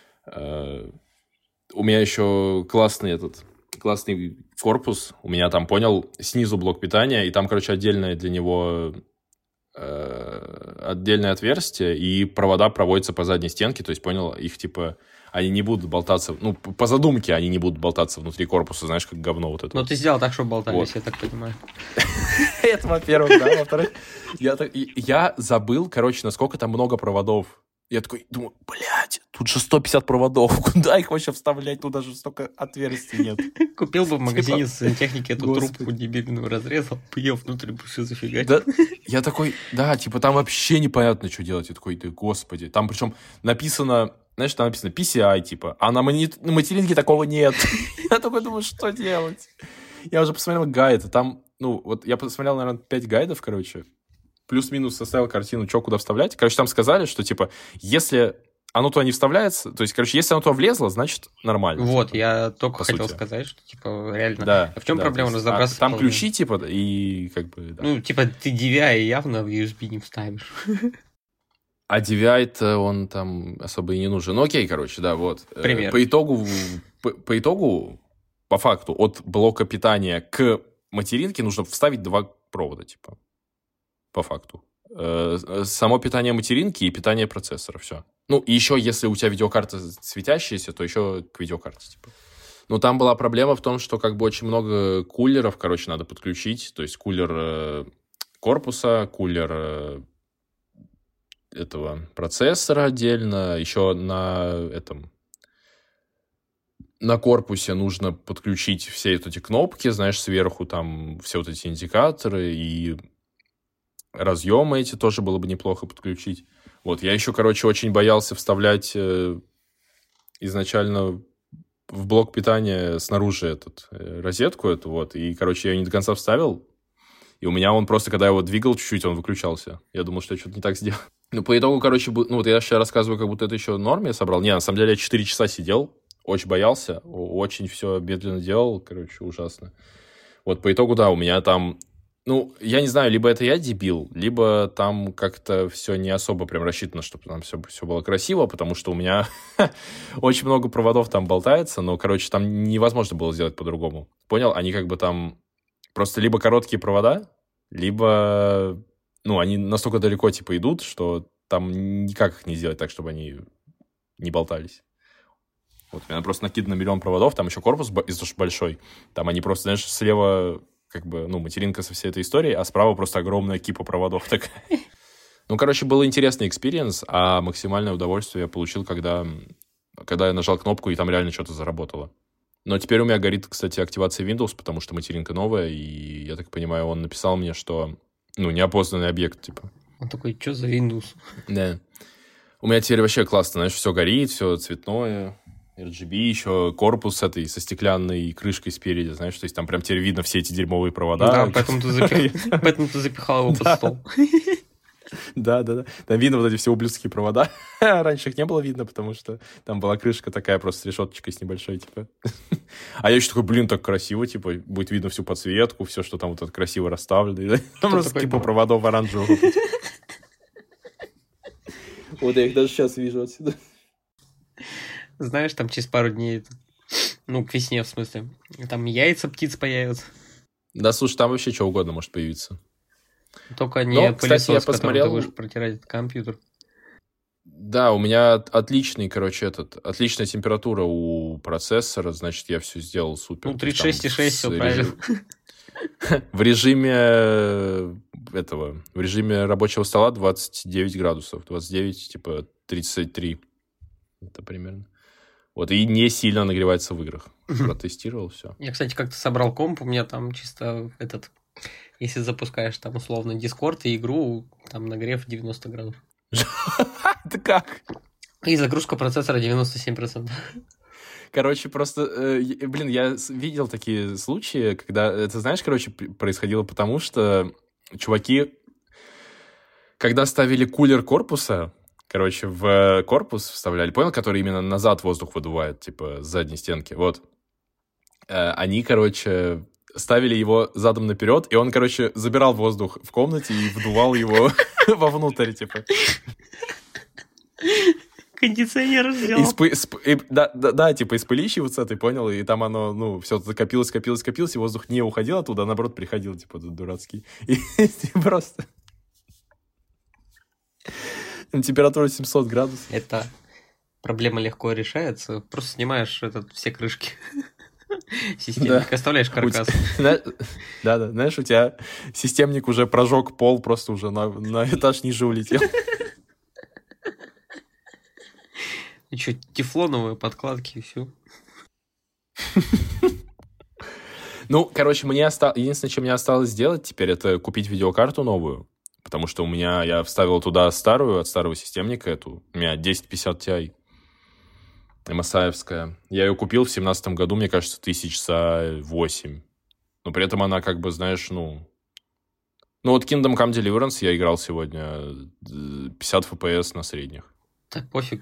У меня еще классный этот... классный корпус. У меня там, понял, снизу блок питания, и там, короче, отдельная для него э, отдельное отверстие, и провода проводятся по задней стенке, то есть, понял, их, типа, они не будут болтаться, ну, по задумке они не будут болтаться внутри корпуса, знаешь, как говно вот это. Ну, ты сделал так, чтобы болтались, я так понимаю. Это, во-первых, да, во-вторых, я забыл, короче, насколько там много проводов. Я такой думаю, блядь, тут же сто пятьдесят проводов, куда их вообще вставлять, тут даже столько отверстий нет. Купил бы в магазине сантехники эту трубку дебильную, разрезал, поел внутрь, больше зафигать. Да, я такой, да, типа там вообще непонятно, что делать. Я такой, да господи. Там причем написано, знаешь, там написано пи си ай, типа, а на материнке такого нет. Я такой думаю, что делать? Я уже посмотрел гайды, там, ну, вот я посмотрел, наверное, пять гайдов, короче, плюс-минус составил картину, что куда вставлять. Короче, там сказали, что, типа, если оно туда не вставляется, то есть, короче, если оно туда влезло, значит, нормально. Вот, типа, я только хотел сути. сказать, что, типа, реально... Да, а в чем да, проблема есть, разобраться? А, там полным... ключи, типа, и как бы... Да. Ну, типа, ты ди ви ай явно в ю эс би не вставишь. А ди ви ай-то он там особо и не нужен. Ну, окей, короче, да, вот. Пример. По итогу, по, по итогу, по факту, от блока питания к материнке нужно вставить два провода, типа. По факту. Само питание материнки и питание процессора, все. Ну, и еще, если у тебя видеокарта светящаяся, то еще к видеокарте, типа. Но там была проблема в том, что как бы очень много кулеров, короче, надо подключить. То есть кулер корпуса, кулер этого процессора отдельно. Еще на этом... На корпусе нужно подключить все эти кнопки, знаешь, сверху там все вот эти индикаторы и... разъемы эти тоже было бы неплохо подключить. Вот, я еще, короче, очень боялся вставлять э, изначально в блок питания снаружи этот, э, розетку эту, вот, и, короче, я ее не до конца вставил, и у меня он просто, когда я его двигал чуть-чуть, он выключался. Я думал, что я что-то не так сделал. Ну, по итогу, короче, ну, вот я сейчас рассказываю, как будто это еще в норме я собрал. Не, на самом деле, я четыре часа сидел, очень боялся, очень все медленно делал, короче, ужасно. Вот, по итогу, да, у меня там... Ну, я не знаю, либо это я дебил, либо там как-то все не особо прям рассчитано, чтобы там все, все было красиво, потому что у меня очень много проводов там болтается, но, короче, там невозможно было сделать по-другому. Понял? Они как бы там просто либо короткие провода, либо, ну, они настолько далеко, типа, идут, что там никак их не сделать так, чтобы они не болтались. Вот, у меня просто накидано миллион проводов, там еще корпус из-за того, что большой, там они просто, знаешь, слева... как бы, ну, материнка со всей этой историей, а справа просто огромная кипа проводов такая. Ну, короче, был интересный экспириенс, а максимальное удовольствие я получил, когда, когда я нажал кнопку, и там реально что-то заработало. Но теперь у меня горит, кстати, активация Windows, потому что материнка новая, и, я так понимаю, он написал мне, что, ну, неопознанный объект, типа. Он такой, что за Windows? Да. У меня теперь вообще классно, знаешь, все горит, все цветное. эр джи би, еще корпус этой со стеклянной крышкой спереди, знаешь, то есть там прям теперь видно все эти дерьмовые провода. Да, поэтому ты, запих... поэтому ты запихал его под стол. Да, да, да. Там видно вот эти все ублюдские провода. Раньше их не было видно, потому что там была крышка такая просто с решеточкой с небольшой, типа. А я еще такой, блин, так красиво, типа, будет видно всю подсветку, все, что там вот это красиво расставлено. Там просто типа проводов оранжевых. Вот я их даже сейчас вижу отсюда. Знаешь, там через пару дней, ну, к весне, в смысле, там яйца птиц появятся. Да, слушай, там вообще что угодно может появиться. Только не Но, пылесос, кстати, я посмотрел... которым ты будешь протирать этот компьютер. Да, у меня отличный, короче, этот, отличная температура у процессора, значит, я все сделал супер. Ну, тридцать шесть и шесть, все правильно. В режиме этого, в режиме рабочего стола двадцать девять градусов, двадцать девять, типа тридцать три. Это примерно. Вот, и не сильно нагревается в играх. Протестировал все. Я, кстати, как-то собрал комп, у меня там чисто этот... Если запускаешь там условно Discord и игру, там нагрев девяносто градусов. Это как? И загрузка процессора девяносто семь процентов. Короче, просто, э, блин, я видел такие случаи, когда, это, знаешь, короче, происходило потому, что чуваки, когда ставили кулер корпуса, короче, в корпус вставляли, понял, который именно назад воздух выдувает, типа, с задней стенки, вот. Э, они, короче, ставили его задом наперед, и он, короче, забирал воздух в комнате и вдувал его вовнутрь, типа. Кондиционер сделал. Испы... Сп... И... Да, да, да, типа из пылищи вот с этой, понял? И там оно, ну, все закопилось, копилось, копилось, и воздух не уходил оттуда, а наоборот приходил, типа, дурацкий. И просто... Температура семьсот градусов. Это проблема легко решается. Просто снимаешь этот, все крышки. Системник, оставляешь каркас. Да-да, знаешь, у тебя системник уже прожег пол, просто уже на, на этаж ниже улетел. И что, тефлоновые подкладки и все. Ну, короче, мне осталось... единственное, что мне осталось сделать теперь, это купить видеокарту новую. Потому что у меня... Я вставил туда старую, от старого системника эту. У меня десять пятьдесят Ti. эм эс ай-евская. Я ее купил в семнадцатом году, мне кажется, тысяч за восемь. Но при этом она как бы, знаешь, ну... Ну вот Kingdom Come Deliverance я играл сегодня пятьдесят эф пи эс на средних. Так, пофиг.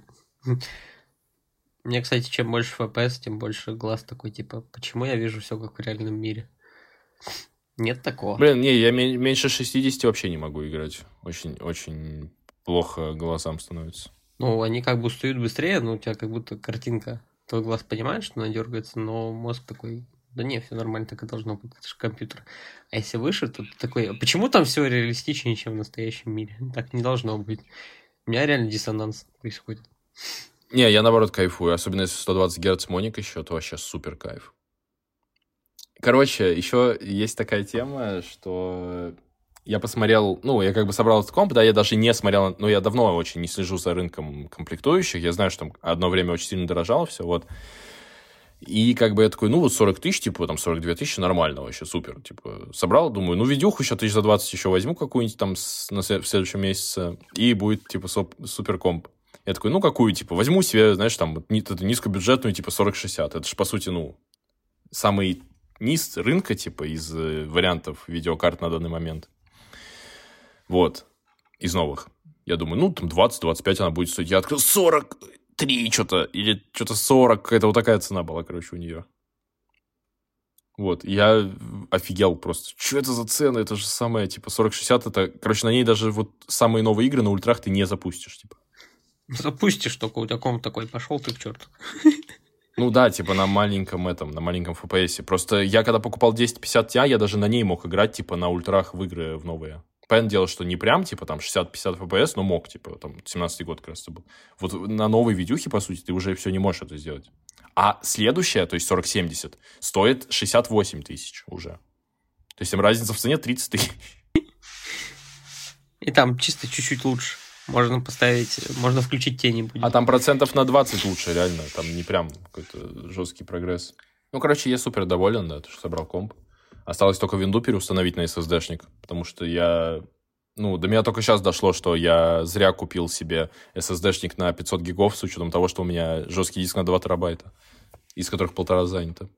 Мне, кстати, чем больше эф пи эс, тем больше глаз такой, типа, почему я вижу все как в реальном мире? Нет такого. Блин, не, я меньше шестидесяти вообще не могу играть. Очень, очень плохо глазам становится. Ну, они как бы устают быстрее, но у тебя как будто картинка. Твой глаз понимает, что она дергается, но мозг такой, да не, все нормально, так и должно быть, это же компьютер. А если выше, то ты такой, а почему там все реалистичнее, чем в настоящем мире? Так не должно быть. У меня реально диссонанс происходит. Не, я наоборот кайфую, особенно если сто двадцать герц моник еще, то вообще супер кайф. Короче, еще есть такая тема, что я посмотрел, ну, я как бы собрал этот комп, да, я даже не смотрел, ну, я давно очень не слежу за рынком комплектующих, я знаю, что там одно время очень сильно дорожало все, вот. И как бы я такой, ну, вот сорок тысяч, типа, там, сорок две тысячи, нормально вообще, супер, типа, собрал, думаю, ну, видюху еще тысяч за двадцать еще возьму какую-нибудь там с, на, в следующем месяце, и будет, типа, соп, супер комп. Я такой, ну, какую, типа, возьму себе, знаешь, там, низкобюджетную, типа, сорок шестьдесят, это же, по сути, ну, самый низ рынка, типа, из вариантов видеокарт на данный момент. Вот. Из новых. Я думаю, ну, там двадцать-двадцать пять она будет стоить. Я открыл сорок три что-то. Или что-то сорок. Какая-то вот такая цена была, короче, у нее. Вот. Я офигел просто. Что это за цены? Это же самое, типа, сорок шестьдесят. Это, короче, на ней даже вот самые новые игры на ультрах ты не запустишь, типа. Запустишь, только у тебя комп такой, пошел ты к черту. Ну да, типа на маленьком этом, на маленьком эф пи эс. Просто я когда покупал десять пятьдесят Ti, я даже на ней мог играть, типа, на ультрах в игры в новые. Понятное дело, что не прям, типа, там, шестьдесят-пятьдесят эф пи эс, но мог, типа, там, семнадцатый год как раз это был. Вот на новой видюхе, по сути, ты уже все не можешь это сделать. А следующая, то есть сорок семьдесят, стоит шестьдесят восемь тысяч уже. То есть там разница в цене тридцать тысяч. И там чисто чуть-чуть лучше. Можно поставить, можно включить тени будет. А там процентов на двадцать лучше, реально. Там не прям какой-то жесткий прогресс. Ну, короче, я супер доволен, да, что собрал комп. Осталось только винду переустановить на эс эс ди-шник, потому что я... Ну, до меня только сейчас дошло, что я зря купил себе эс эс ди-шник на пятьсот гигов с учетом того, что у меня жесткий диск на два терабайта, из которых полтора занято.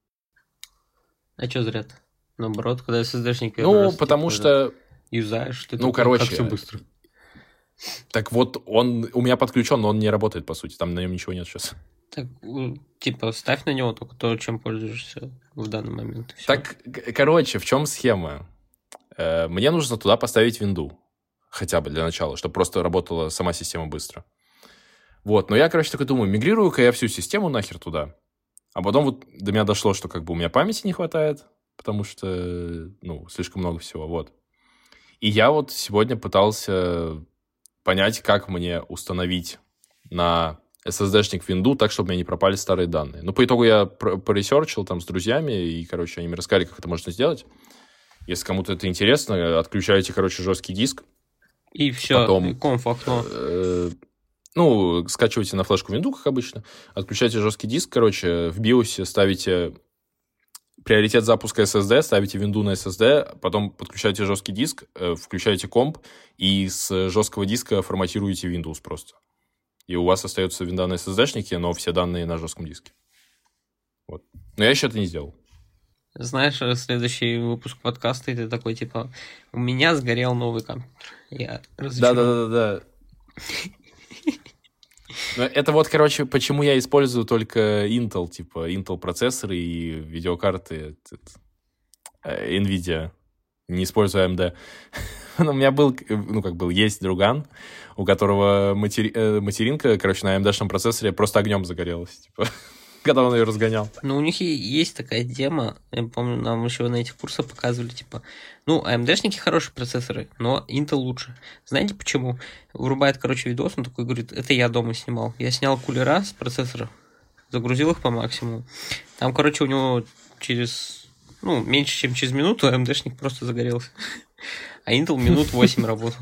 А что зря-то? Наоборот, когда эс эс ди-шник... Ну, раз, потому типа, что... Юзаешь, ты ну, такой, короче, как все быстро. Так вот, он у меня подключен, но он не работает, по сути. Там на нем ничего нет сейчас. Так, типа, ставь на него только то, чем пользуешься в данный момент. Так, короче, в чем схема? Мне нужно туда поставить винду. Хотя бы для начала, чтобы просто работала сама система быстро. Вот, но я, короче, такой думаю, мигрирую-ка я всю систему нахер туда. А потом вот до меня дошло, что как бы у меня памяти не хватает, потому что, ну, слишком много всего, вот. И я вот сегодня пытался... понять, как мне установить на эс эс ди-шник винду так, чтобы у меня не пропали старые данные. Ну, по итогу я поресерчил там с друзьями, и, короче, они мне рассказали, как это можно сделать. Если кому-то это интересно, отключаете, короче, жесткий диск. И все, потом, конф окно. Э, ну, скачиваете на флешку винду, как обычно, отключаете жесткий диск, короче, в биосе ставите... приоритет запуска эс эс ди, ставите винду на эс эс ди, потом подключаете жесткий диск, включаете комп, и с жесткого диска форматируете Windows просто. И у вас остается винда на эс эс ди-шнике, но все данные на жестком диске. Вот. Но я еще это не сделал. Знаешь, следующий выпуск подкаста, и ты такой, типа, у меня сгорел новый компьютер. Я разочарован. Да-да-да-да. Это вот, короче, почему я использую только Intel, типа, Intel процессоры и видеокарты NVIDIA. Не использую эй эм ди. У меня был, ну, как был, есть друган, у которого матери... материнка, короче, на эй эм ди-шном процессоре просто огнем загорелась, типа. когда он ее разгонял. Ну, у них и есть такая тема, я помню, нам еще на этих курсах показывали, типа, ну, эй эм ди-шники хорошие процессоры, но Intel лучше. Знаете почему? Врубает, короче, видос, он такой говорит, это я дома снимал. Я снял кулера с процессора, загрузил их по максимуму. Там, короче, у него через, ну, меньше, чем через минуту эй эм ди-шник просто загорелся. А Intel минут восемь работал.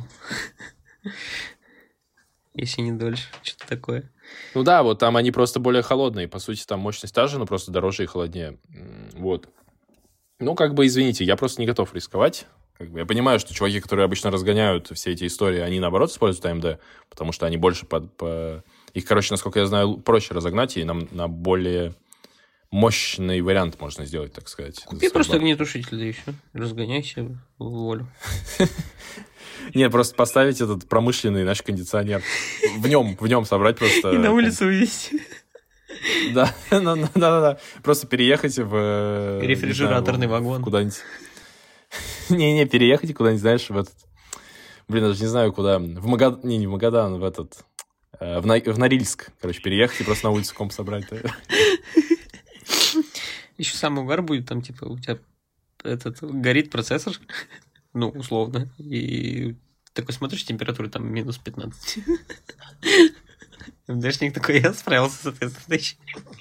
Если не дольше, что-то такое. Ну да, вот там они просто более холодные. По сути, там мощность та же, но просто дороже и холоднее. Вот. Ну, как бы, извините, я просто не готов рисковать. Как бы, я понимаю, что чуваки, которые обычно разгоняют все эти истории, они, наоборот, используют эй эм ди, потому что они больше под... По... Их, короче, насколько я знаю, проще разогнать, и нам на более мощный вариант можно сделать, так сказать. Купи просто огнетушитель, да и все. Разгоняйся в волю. Не, просто поставить этот промышленный наш кондиционер. В нем, в нем собрать просто... И на улицу вывести. Да, да, да, да. Просто переехать в... Рефрижераторный вагон. Куда-нибудь. Не-не, переехать куда-нибудь, знаешь, в этот... Блин, даже не знаю, куда. В Магадан... Не, не в Магадан, в этот... В, на... в Норильск, короче, переехать и просто на улице комп собрать. Еще самый угар будет, там, типа, у тебя этот горит процессор, ну, условно, и такой смотришь, температура там минус пятнадцать. Дашник такой, я справился с этой задачей.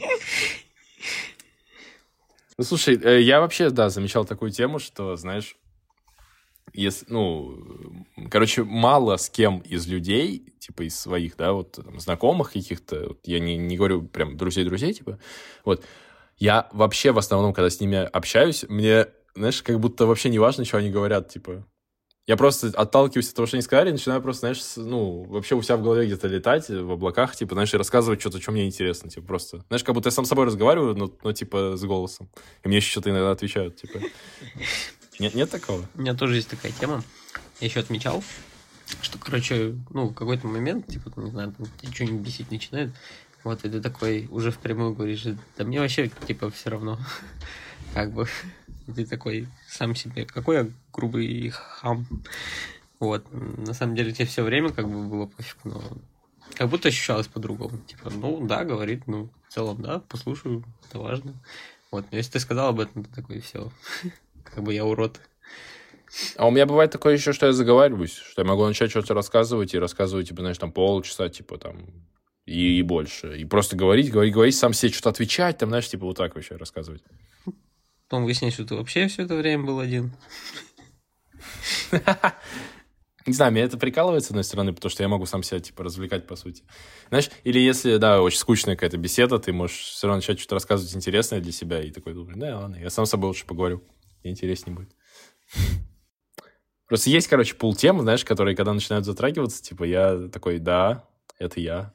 Ну, слушай, я вообще, да, замечал такую тему, что, знаешь, если, ну, короче, мало с кем из людей, типа, из своих, да, вот, там, знакомых каких-то, вот, я не, не говорю прям друзей-друзей, типа, вот, я вообще в основном, когда с ними общаюсь, мне, знаешь, как будто вообще не важно, что они говорят, типа, я просто отталкиваюсь от того, что они сказали, и начинаю просто, знаешь, ну, вообще у себя в голове где-то летать в облаках, типа, знаешь, и рассказывать что-то, что мне интересно, типа, просто. Знаешь, как будто я сам с собой разговариваю, но, но типа, с голосом. И мне еще что-то иногда отвечают, типа. Нет, нет такого? У меня тоже есть такая тема. Я еще отмечал, что, короче, ну, в какой-то момент, типа, не знаю, там, тебя что-нибудь бесить начинает, вот, и ты такой уже впрямую говоришь, да мне вообще, типа, все равно, как бы... И ты такой сам себе, какой я грубый хам. Вот. На самом деле тебе все время как бы было пофиг, но как будто ощущалось по-другому. Типа, ну да, говорит, ну, в целом, да, послушаю, это важно. Вот. Но если ты сказал об этом, то такой, все, как бы я урод. А у меня бывает такое еще, что я заговариваюсь, что я могу начать что-то рассказывать, и рассказывать, типа, знаешь, там полчаса, типа, там, и, и больше. И просто говорить, говорить, говорить, сам себе что-то отвечать, там, знаешь, типа, вот так вообще рассказывать. Потом выяснить, что ты вообще все это время был один. Не знаю, меня это прикалывает, с одной стороны, потому что я могу сам себя, типа, развлекать, по сути. Знаешь, или если, да, очень скучная какая-то беседа, ты можешь все равно начать что-то рассказывать интересное для себя, и такой думаешь, да, ладно, я сам с собой лучше поговорю, мне интереснее будет. Просто есть, короче, пул тем, знаешь, которые, когда начинают затрагиваться, типа, я такой, да, это я.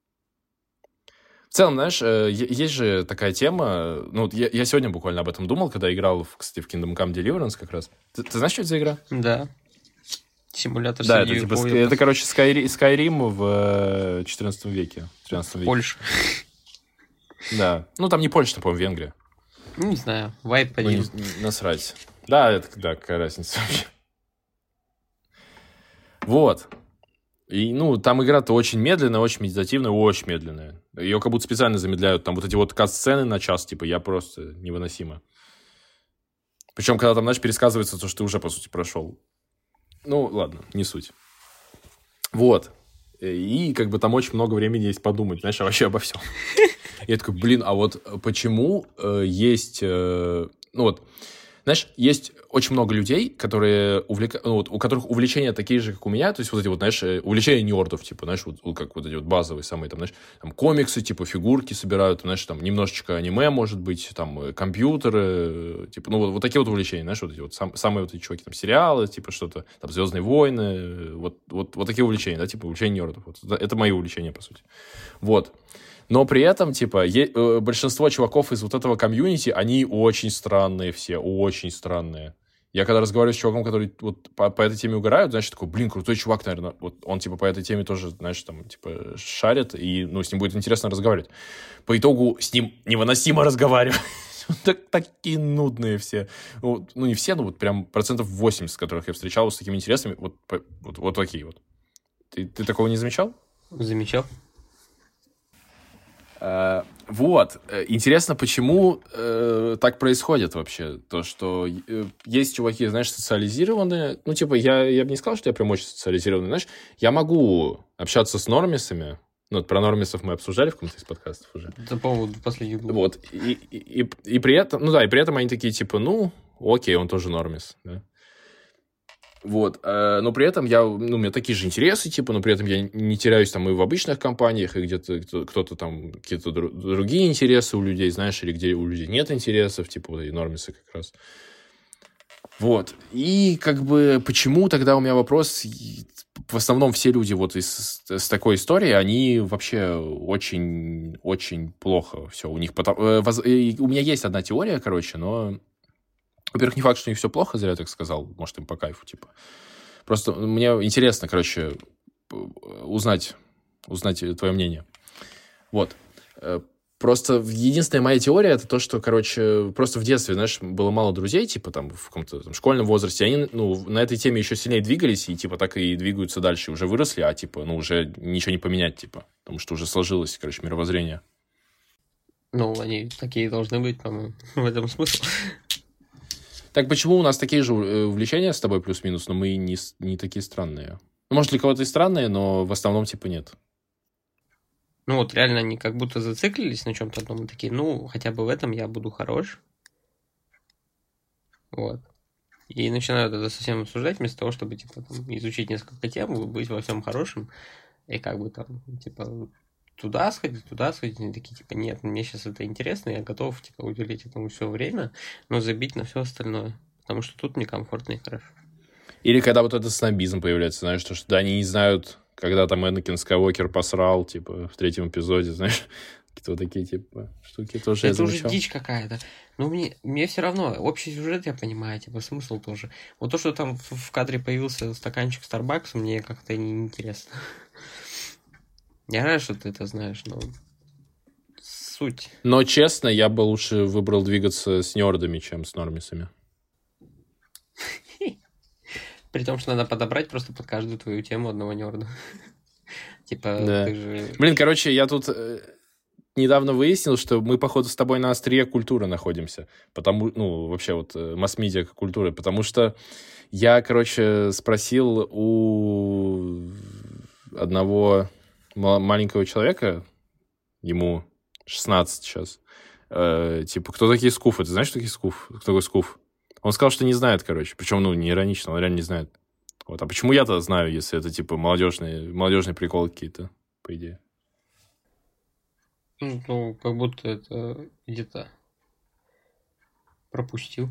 В целом, знаешь, есть же такая тема, ну, вот я, я сегодня буквально об этом думал, когда играл, в, кстати, в Kingdom Come Deliverance как раз. Ты, ты знаешь, что это за игра? Да. Симулятор да, это, типа, это, короче, Skyrim, Skyrim в четырнадцатом веке. тринадцатом веке. Польша. Да. Ну, там не Польша, по-моему, Венгрия. Ну, не знаю. Вайп ну, один. Не, насрать. Да, это, да, какая разница вообще. Вот. И, ну, там игра-то очень медленная, очень медитативная, очень медленная. Ее как будто специально замедляют. Там вот эти вот кат-сцены на час, типа, я просто невыносимо. Причем, когда там, знаешь, пересказывается то, что ты уже, по сути, прошел. Ну, ладно, не суть. Вот. И как бы там очень много времени есть подумать, знаешь, вообще обо всем. Я такой, блин, а вот почему э, есть... Э, ну вот, знаешь, есть очень много людей, которые увлека... ну, вот, у которых увлечения такие же, как у меня, то есть вот эти вот, знаешь, увлечения нердов, типа, знаешь, вот, вот как вот эти вот базовые самые, там, знаешь, там, комиксы, типа, фигурки собирают, знаешь, там, немножечко аниме, может быть, там, компьютеры, типа, ну, вот, вот такие вот увлечения, знаешь, вот эти вот сам, самые вот эти чуваки, там, сериалы, типа, что-то, там, «Звездные войны», вот, вот, вот такие увлечения, да, типа, увлечения нердов, вот, это мои увлечения, по сути, вот. Но при этом, типа, е- э, большинство чуваков из вот этого комьюнити, они очень странные все, очень странные. Я когда разговариваю с чуваком, который вот по, по этой теме угорают, значит, такой, блин, крутой чувак, наверное. Вот он, типа, по этой теме тоже, знаешь, там, типа, шарит, и, ну, с ним будет интересно разговаривать. По итогу с ним невыносимо разговаривать. Так, такие нудные все. Ну, ну, не все, но вот прям процентов восемьдесят, которых я встречал с такими интересами, вот, вот, вот такие вот. Ты, ты такого не замечал? Замечал. А, Вот. Интересно, почему э, так происходит вообще? То, что э, есть чуваки, знаешь, социализированные. Ну, типа, я, я бы не сказал, что я прям очень социализированный. Знаешь, я могу общаться с нормисами. Ну, вот про нормисов мы обсуждали в каком-то из подкастов уже. По поводу последних двух. Вот. И, и, и, и при этом, ну да, и при этом они такие, типа, ну, окей, он тоже нормис, да. Вот, но при этом я, ну, у меня такие же интересы, типа, но при этом я не теряюсь там и в обычных компаниях, и где-то кто-то там, какие-то другие интересы у людей, знаешь, или где у людей нет интересов, типа, вот и нормисы как раз. Вот, и как бы почему тогда у меня вопрос, в основном все люди вот из, с такой историей, они вообще очень-очень плохо все у них. Потом, у меня есть одна теория, короче, но... Во-первых, не факт, что у них все плохо, зря так сказал. Может, им по кайфу, типа. Просто мне интересно, короче, узнать, узнать твое мнение. Вот. Просто единственная моя теория это то, что, короче, просто в детстве, знаешь, было мало друзей, типа, там, в каком-то там, школьном возрасте. Они, ну, на этой теме еще сильнее двигались, и, типа, так и двигаются дальше. Уже выросли, а, типа, ну, уже ничего не поменять, типа. Потому что уже сложилось, короче, мировоззрение. Ну, они такие должны быть, по-моему. В этом смысл. Так почему у нас такие же увлечения с тобой плюс-минус, но мы не, не такие странные? Ну, может, для кого-то и странные, но в основном типа нет. Ну, вот реально они как будто зациклились на чем-то одном и такие, ну, хотя бы в этом я буду хорош. Вот. И начинают это совсем обсуждать, вместо того, чтобы, типа, там, изучить несколько тем, быть во всем хорошим, и как бы там, типа, туда сходить, туда сходить, они такие, типа, нет, мне сейчас это интересно, я готов, типа, уделить этому все время, но забить на все остальное, потому что тут мне комфортно и хорошо. Или когда вот этот снобизм появляется, знаешь, то, что да, они не знают, когда там Энакин Скайуокер посрал, типа, в третьем эпизоде, знаешь, какие-то вот такие, типа, штуки тоже я замечал. Это уже дичь какая-то. Но мне, мне все равно, общий сюжет я понимаю, типа, смысл тоже. Вот то, что там в, в кадре появился стаканчик Starbucks, мне как-то неинтересно. Я рад, что ты это знаешь, но суть. Но, честно, я бы лучше выбрал двигаться с нердами, чем с нормисами. При том, что надо подобрать просто под каждую твою тему одного нерда. Типа, да. ты же... Блин, короче, я тут недавно выяснил, что мы, походу, с тобой на острие культуры находимся. Потому, ну, вообще вот масс-медиа культуры. Потому что я, короче, спросил у одного маленького человека, ему шестнадцать сейчас, э, типа, кто такие скуфы? Ты знаешь, что такие скуф? Кто такой скуф? Он сказал, что не знает, короче. Причем, ну, не иронично, он реально не знает. Вот. А почему я-то знаю, если это, типа, молодежные, молодежные приколы какие-то, по идее? Ну, как будто это где-то пропустил.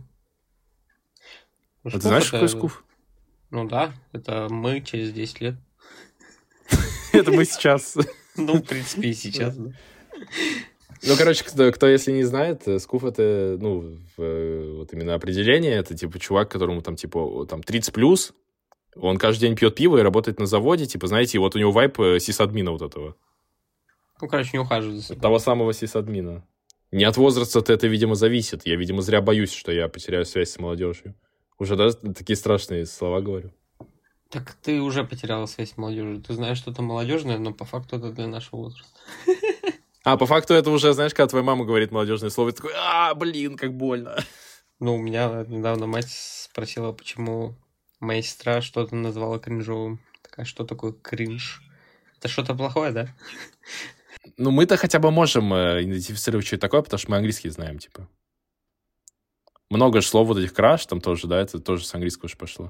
А ты знаешь, какой скуф? Ну да, это мы через десять лет. Это мы сейчас. Ну, в принципе, и сейчас, да. Ну, короче, кто, кто, если не знает, скуф это, ну, вот именно определение, это, типа, чувак, которому там, типа, там, тридцать плюс, он каждый день пьет пиво и работает на заводе, типа, знаете, и вот у него вайп сисадмина вот этого. Ну, короче, не ухаживает за собой. Того самого сисадмина. Не от возраста-то это, видимо, зависит. Я, видимо, зря боюсь, что я потеряю связь с молодежью. Уже, да, такие страшные слова говорю. Так ты уже потеряла связь с молодежью. Ты знаешь, что это молодежное, но по факту это для нашего возраста. А, по факту это уже, знаешь, когда твоя мама говорит молодежное слово, ты такой, а, блин, как больно. Ну, у меня недавно мать спросила, почему моя сестра что-то назвала кринжовым. Такая, что такое кринж? Это что-то плохое, да? Ну, мы-то хотя бы можем идентифицировать, что это такое, потому что мы английский знаем, типа. Много же слов вот этих краш там тоже, да, это тоже с английского же пошло.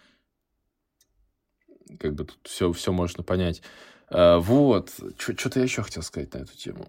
Как бы тут все, все можно понять. А, вот. Что-то я еще хотел сказать на эту тему.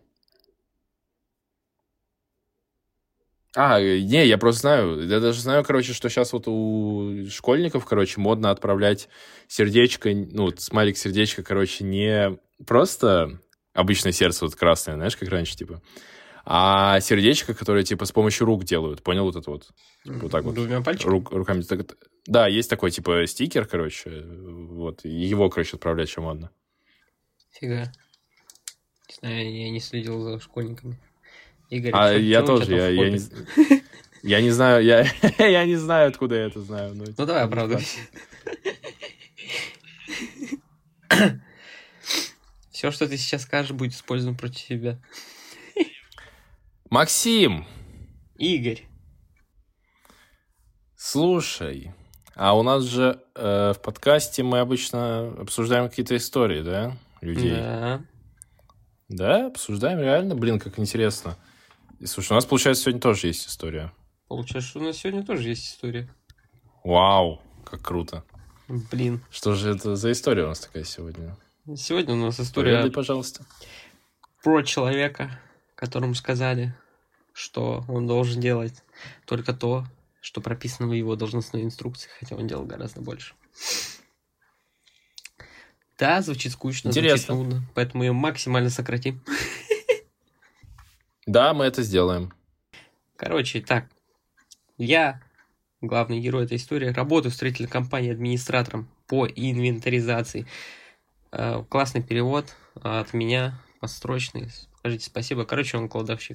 А, не, я просто знаю. Я даже знаю, короче, что сейчас вот у школьников, короче, модно отправлять сердечко, ну, смайлик сердечко, короче, не просто обычное сердце вот красное, знаешь, как раньше, типа, а сердечко, которое, типа, с помощью рук делают. Понял вот это вот? Вот так вот. Двумя пальчиками? Рук, руками. Да, есть такой, типа, стикер, короче. Вот. Его, короче, отправлять еще модно. Фига. Не знаю, я не следил за школьниками. Игорь, а что, я что тоже. Я, я, не, я не знаю, я, я не знаю, откуда я это знаю. Но ну, давай оправдывайся. Все, что ты сейчас скажешь, будет использовано против тебя. Максим! Игорь. Слушай, а у нас же э, в подкасте мы обычно обсуждаем какие-то истории, да, людей? Да. Да, обсуждаем реально? Блин, как интересно. И, слушай, у нас, получается, сегодня тоже есть история. Получается, что у нас сегодня тоже есть история. Вау, как круто. Блин. Что же это за история у нас такая сегодня? Сегодня у нас история Поведай, пожалуйста. про человека, которому сказали, что он должен делать только то, что прописано в его должностной инструкции, хотя он делал гораздо больше. Да, звучит скучно, Интересно. звучит нудно, поэтому ее максимально сократим. Да, мы это сделаем. Короче, так, я, главный герой этой истории, работаю в строительной компании администратором по инвентаризации. Э, классный перевод от меня, построчный. Скажите спасибо. Короче, он кладовщик.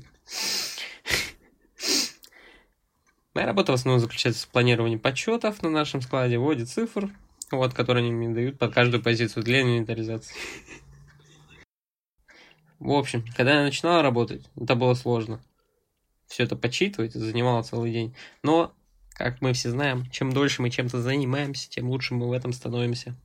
Моя работа в основном заключается в планировании подсчетов на нашем складе, вводе цифр, вот, которые они мне дают под каждую позицию для инвентаризации. В общем, когда я начинал работать, это было сложно. Все это подсчитывать занимало целый день. Но, как мы все знаем, чем дольше мы чем-то занимаемся, тем лучше мы в этом становимся.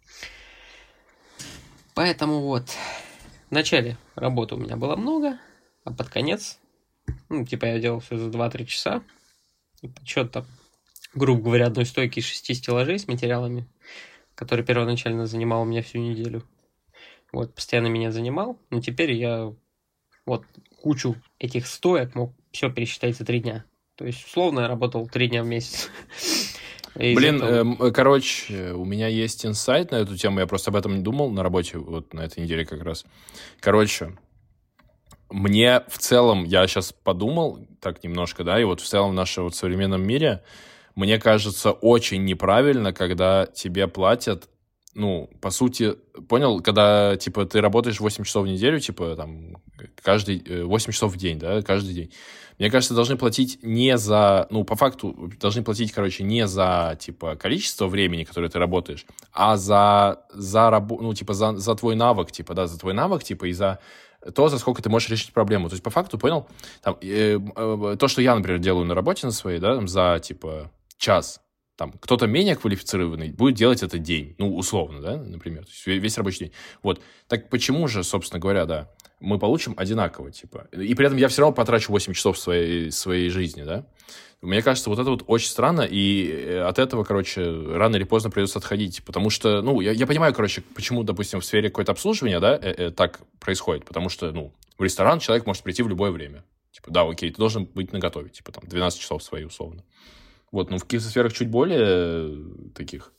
Поэтому вот, в начале работы у меня было много, а под конец, ну, типа я делал все за два-три часа. И подсчет там, грубо говоря, одной стойки из шести стеллажей с материалами, который первоначально занимал у меня всю неделю. Вот, постоянно меня занимал, но теперь я вот кучу этих стоек мог все пересчитать за три дня. То есть, условно, я работал три дня в месяц. Блин, этого... э, короче, у меня есть инсайт на эту тему, я просто об этом не думал на работе, вот на этой неделе как раз. Короче, мне в целом, я сейчас подумал так немножко, да, и вот в целом в нашем вот современном мире, мне кажется, очень неправильно, когда тебе платят, ну, по сути, понял, когда, типа, ты работаешь восемь часов в неделю, типа, там, каждый, восемь часов в день, да, каждый день. Мне кажется, должны платить не за, ну, по факту, должны платить, короче, не за, типа, количество времени, которое ты работаешь, а за, за работу, ну, типа, за, за твой навык, типа, да, за твой навык, типа, и за то, за сколько ты можешь решить проблему. То есть, по факту, понял, там, э, э, то, что я, например, делаю на работе на своей, да, там, за, типа, час, там, кто-то менее квалифицированный будет делать это день, ну, условно, да, например, то есть весь рабочий день. Вот, так почему же, собственно говоря, да, мы получим одинаково, типа, и при этом я все равно потрачу восемь часов своей, своей жизни, да. Мне кажется, вот это вот очень странно, и от этого, короче, рано или поздно придется отходить, потому что, ну, я, я понимаю, короче, почему, допустим, в сфере какое-то обслуживания, да, э, э, так происходит, потому что, ну, в ресторан человек может прийти в любое время, типа, да, окей, ты должен быть наготове, типа, там, двенадцать часов свои, условно. Вот, но в каких-то сферах чуть более таких,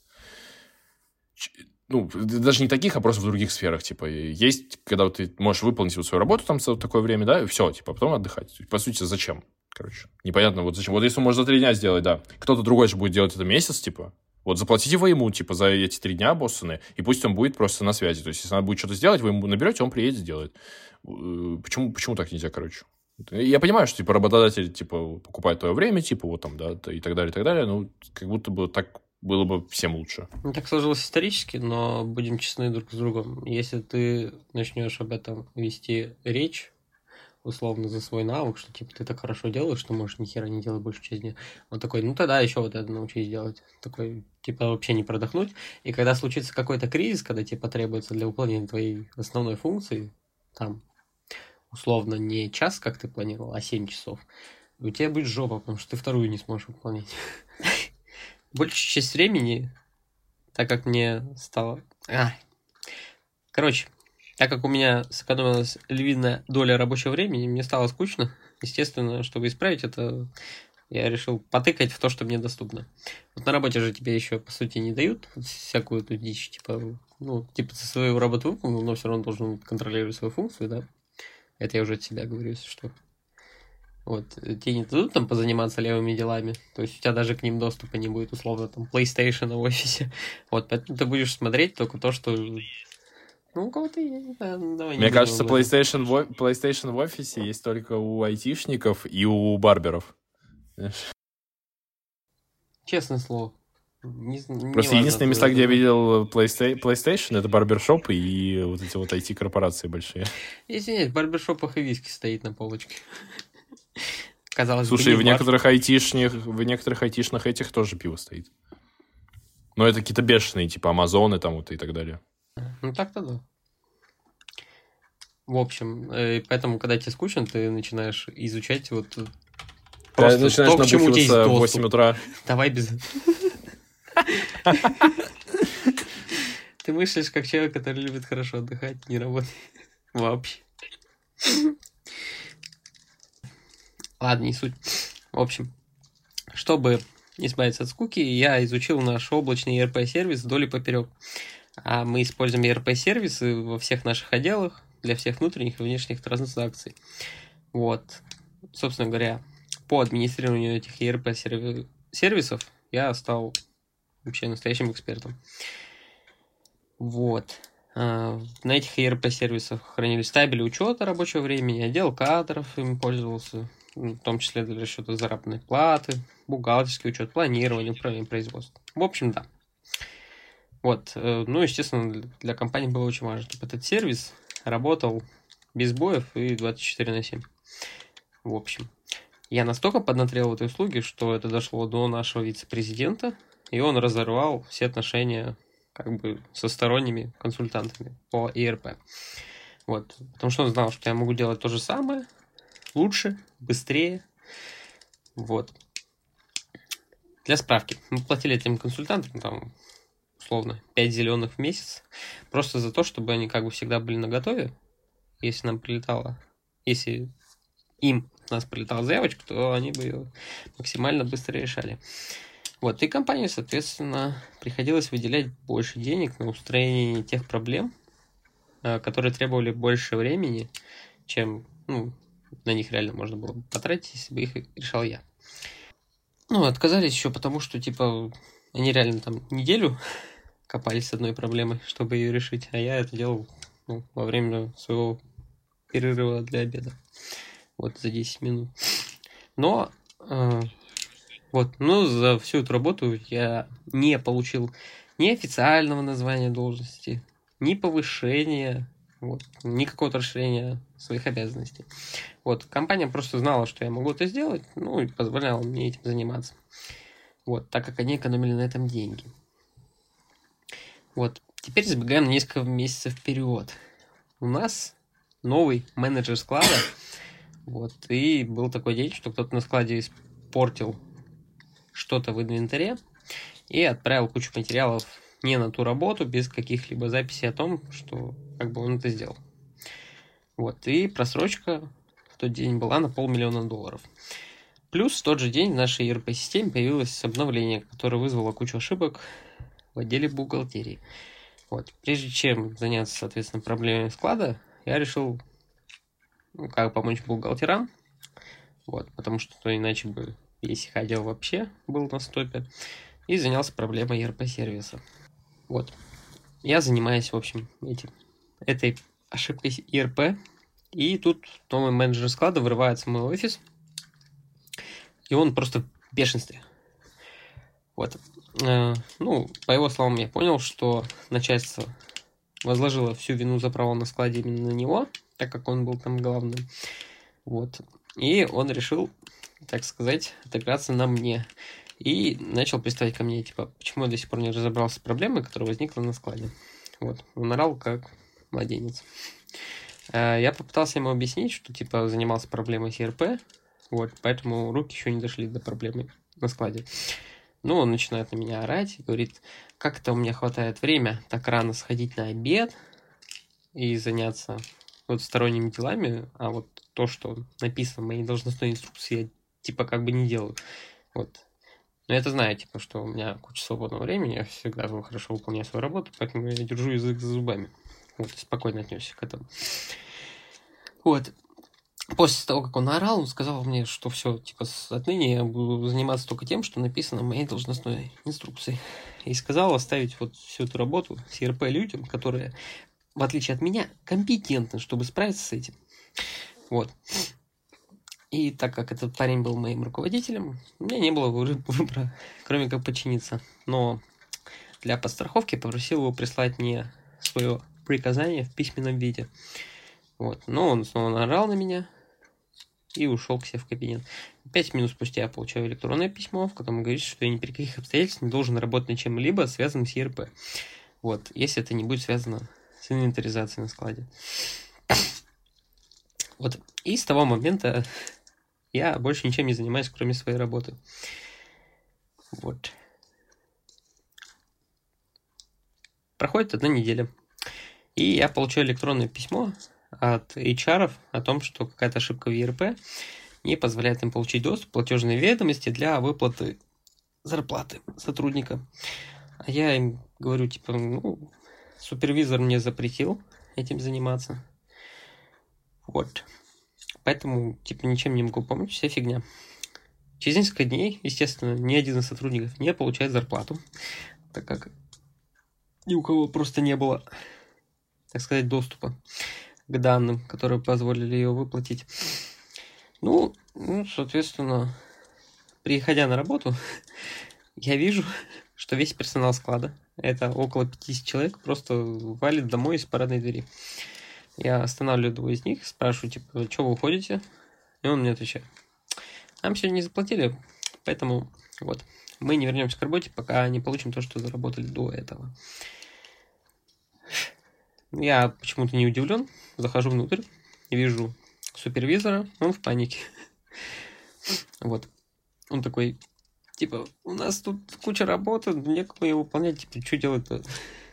ну, даже не таких, а просто в других сферах, типа, есть, когда ты можешь выполнить вот свою работу там за такое время, да, и все, типа, потом отдыхать. По сути, зачем? Короче, непонятно, вот зачем. Вот если он может за три дня сделать, да, кто-то другой же будет делать это месяц, типа, вот заплатите вы ему, типа, за эти три дня, боссаны, и пусть он будет просто на связи. То есть, если надо будет что-то сделать, вы ему наберете, он приедет, сделает. Почему, почему так нельзя, короче? Я понимаю, что, типа, работодатель, типа, покупает твое время, типа, вот там, да, и так далее, и так далее, ну, как будто бы так было бы всем лучше. Ну, так сложилось исторически, но будем честны друг с другом. Если ты начнешь об этом вести речь, условно, за свой навык, что, типа, ты так хорошо делаешь, что можешь ни хера не делать больше часть дня. Он такой, ну, тогда еще вот это научись делать. Такой, типа, вообще не продохнуть. И когда случится какой-то кризис, когда тебе потребуется для выполнения твоей основной функции, там, условно, не час, как ты планировал, а семь часов, у тебя будет жопа, потому что ты вторую не сможешь выполнять. Большую часть времени, так как мне стало... А. Короче, так как у меня сэкономилась львиная доля рабочего времени, мне стало скучно. Естественно, чтобы исправить это, я решил потыкать в то, что мне доступно. Вот на работе же тебе еще, по сути, не дают всякую эту дичь. Типа, ну, типа, ты свою работу выполнил, но все равно должен контролировать свою функцию, да? Это я уже от себя говорю, если что. Вот, тебе не дадут там позаниматься левыми делами, то есть у тебя даже к ним доступа не будет, условно, там, PlayStation в офисе. Вот, поэтому ты будешь смотреть только то, что... Ну, у кого-то есть, да, давай. Мне кажется, PlayStation в, PlayStation в офисе есть только у айтишников и у барберов. Честное слово. Не, не Просто важно, единственные места, где я видел PlayStation, это барбершопы и вот эти вот ай ти-корпорации большие. Извиняюсь, в барбершопах и виски стоит на полочке. Казалось бы, Слушай, не в бар. некоторых айтишных, в некоторых айтишных этих тоже пиво стоит. Но это какие-то бешеные, типа Амазоны там вот и так далее. Ну так-то да. В общем, э, поэтому, когда тебе скучно, ты начинаешь изучать вот э, Ты просто начинаешь то, к чему у тебя есть набухиваться в доступ. восемь утра. Давай без... Ты мыслишь как человек, который любит хорошо отдыхать, не работать вообще. Ладно, не суть. В общем, чтобы избавиться от скуки, я изучил наш облачный и эр пи-сервис вдоль и поперек. А мы используем и эр пи-сервисы во всех наших отделах для всех внутренних и внешних транзакций. Вот. Собственно говоря, по администрированию этих и эр пи-сервисов я стал вообще настоящим экспертом. Вот. На этих и эр пи-сервисах хранились табели учета рабочего времени, отдел кадров им пользовался, в том числе для расчета заработной платы, бухгалтерский учет, планирование, управление производством. В общем, да. Вот. Ну, естественно, для компании было очень важно, чтобы этот сервис работал без сбоев и двадцать четыре на семь. В общем, я настолько поднатрел в этой услуге, что это дошло до нашего вице-президента, и он разорвал все отношения как бы со сторонними консультантами по и эр пи. Вот. Потому что он знал, что я могу делать то же самое, лучше, быстрее. Вот. Для справки, мы платили этим консультантам, там, условно, пять зеленых в месяц, просто за то, чтобы они как бы всегда были наготове. Если нам прилетало, если им у нас прилетала заявочка, то они бы ее максимально быстро решали. Вот, и компании, соответственно, приходилось выделять больше денег на устранение тех проблем, которые требовали больше времени, чем, ну, на них реально можно было бы потратить, если бы их решал я. Ну, отказались еще потому, что, типа, они реально там неделю копались с одной проблемой, чтобы ее решить, а я это делал, ну, во время своего перерыва для обеда. Вот, за десять минут. Но... Э- Вот, но за всю эту работу я не получил ни официального названия должности, ни повышения, вот, ни какого-то расширения своих обязанностей. Вот, компания просто знала, что я могу это сделать, ну и позволяла мне этим заниматься. Вот, так как они экономили на этом деньги. Вот, теперь забегаем на несколько месяцев вперед. У нас новый менеджер склада, вот, и был такой день, что кто-то на складе испортил что-то в инвентаре и отправил кучу материалов не на ту работу, без каких-либо записей о том, что как бы он это сделал. Вот, и просрочка в тот день была на полмиллиона долларов. Плюс в тот же день в нашей и эр пи-системе появилось обновление, которое вызвало кучу ошибок в отделе бухгалтерии. Вот, прежде чем заняться, соответственно, проблемами склада, я решил, ну, как помочь бухгалтерам, вот, потому что то иначе бы весь их отдел вообще был на стопе, и занялся проблемой и эр пи-сервиса. Вот. Я занимаюсь, в общем, этим, этой ошибкой и эр пи, и тут новый менеджер склада врывается в мой офис, и он просто в бешенстве. Вот. Э, ну, по его словам, я понял, что начальство возложило всю вину за провал на складе именно на него, так как он был там главным. Вот. И он решил, так сказать, отыграться на мне. И начал приставать ко мне, типа, почему я до сих пор не разобрался с проблемой, которая возникла на складе. Вот. Он орал как младенец. Я попытался ему объяснить, что, типа, занимался проблемой с и эр пи, вот, поэтому руки еще не дошли до проблемы на складе. Ну, он начинает на меня орать и говорит, как это у меня хватает время так рано сходить на обед и заняться вот сторонними делами, а вот то, что написано в моей должностной инструкции, я типа как бы не делаю. Вот. Но я-то знаю, типа, что у меня куча свободного времени, я всегда хорошо выполняю свою работу, поэтому я держу язык за зубами. Вот, спокойно отнесся к этому. Вот. После того, как он орал, он сказал мне, что все, типа, отныне я буду заниматься только тем, что написано в моей должностной инструкции. И сказал оставить вот всю эту работу с и эр пи людям, которые, в отличие от меня, компетентны, чтобы справиться с этим. Вот. И так как этот парень был моим руководителем, у меня не было выбора, кроме как подчиниться. Но для подстраховки попросил его прислать мне свое приказание в письменном виде. Вот. Но он снова наорал на меня. и ушел к себе в кабинет. Пять минут спустя я получаю электронное письмо, в котором говорится, что я ни при каких обстоятельствах не должен работать над чем-либо, связанным с и эр пэ. Вот, если это не будет связано с инвентаризацией на складе. Вот, и с того момента я больше ничем не занимаюсь, кроме своей работы. Вот. Проходит одна неделя, и я получаю электронное письмо от эйч ар о том, что какая-то ошибка в и эр пэ не позволяет им получить доступ к платежной ведомости для выплаты зарплаты сотрудника. А я им говорю, типа, ну, супервизор мне запретил этим заниматься. Вот. Поэтому, типа, ничем не могу помочь, вся фигня. Через несколько дней, естественно, ни один из сотрудников не получает зарплату, так как ни у кого просто не было, так сказать, доступа к данным, которые позволили ее выплатить. Ну, ну, соответственно, приходя на работу, я вижу, что весь персонал склада, это около пятьдесят человек, просто валит домой из парадной двери. Я останавливаю двое из них, спрашиваю, типа, что вы уходите? И он мне отвечает: нам сегодня не заплатили, поэтому вот, мы не вернемся к работе, пока не получим то, что заработали до этого. Я почему-то не удивлен, захожу внутрь и вижу супервизора, он в панике. Вот. Он такой, типа, у нас тут куча работы, некому ее выполнять, типа, что делать-то?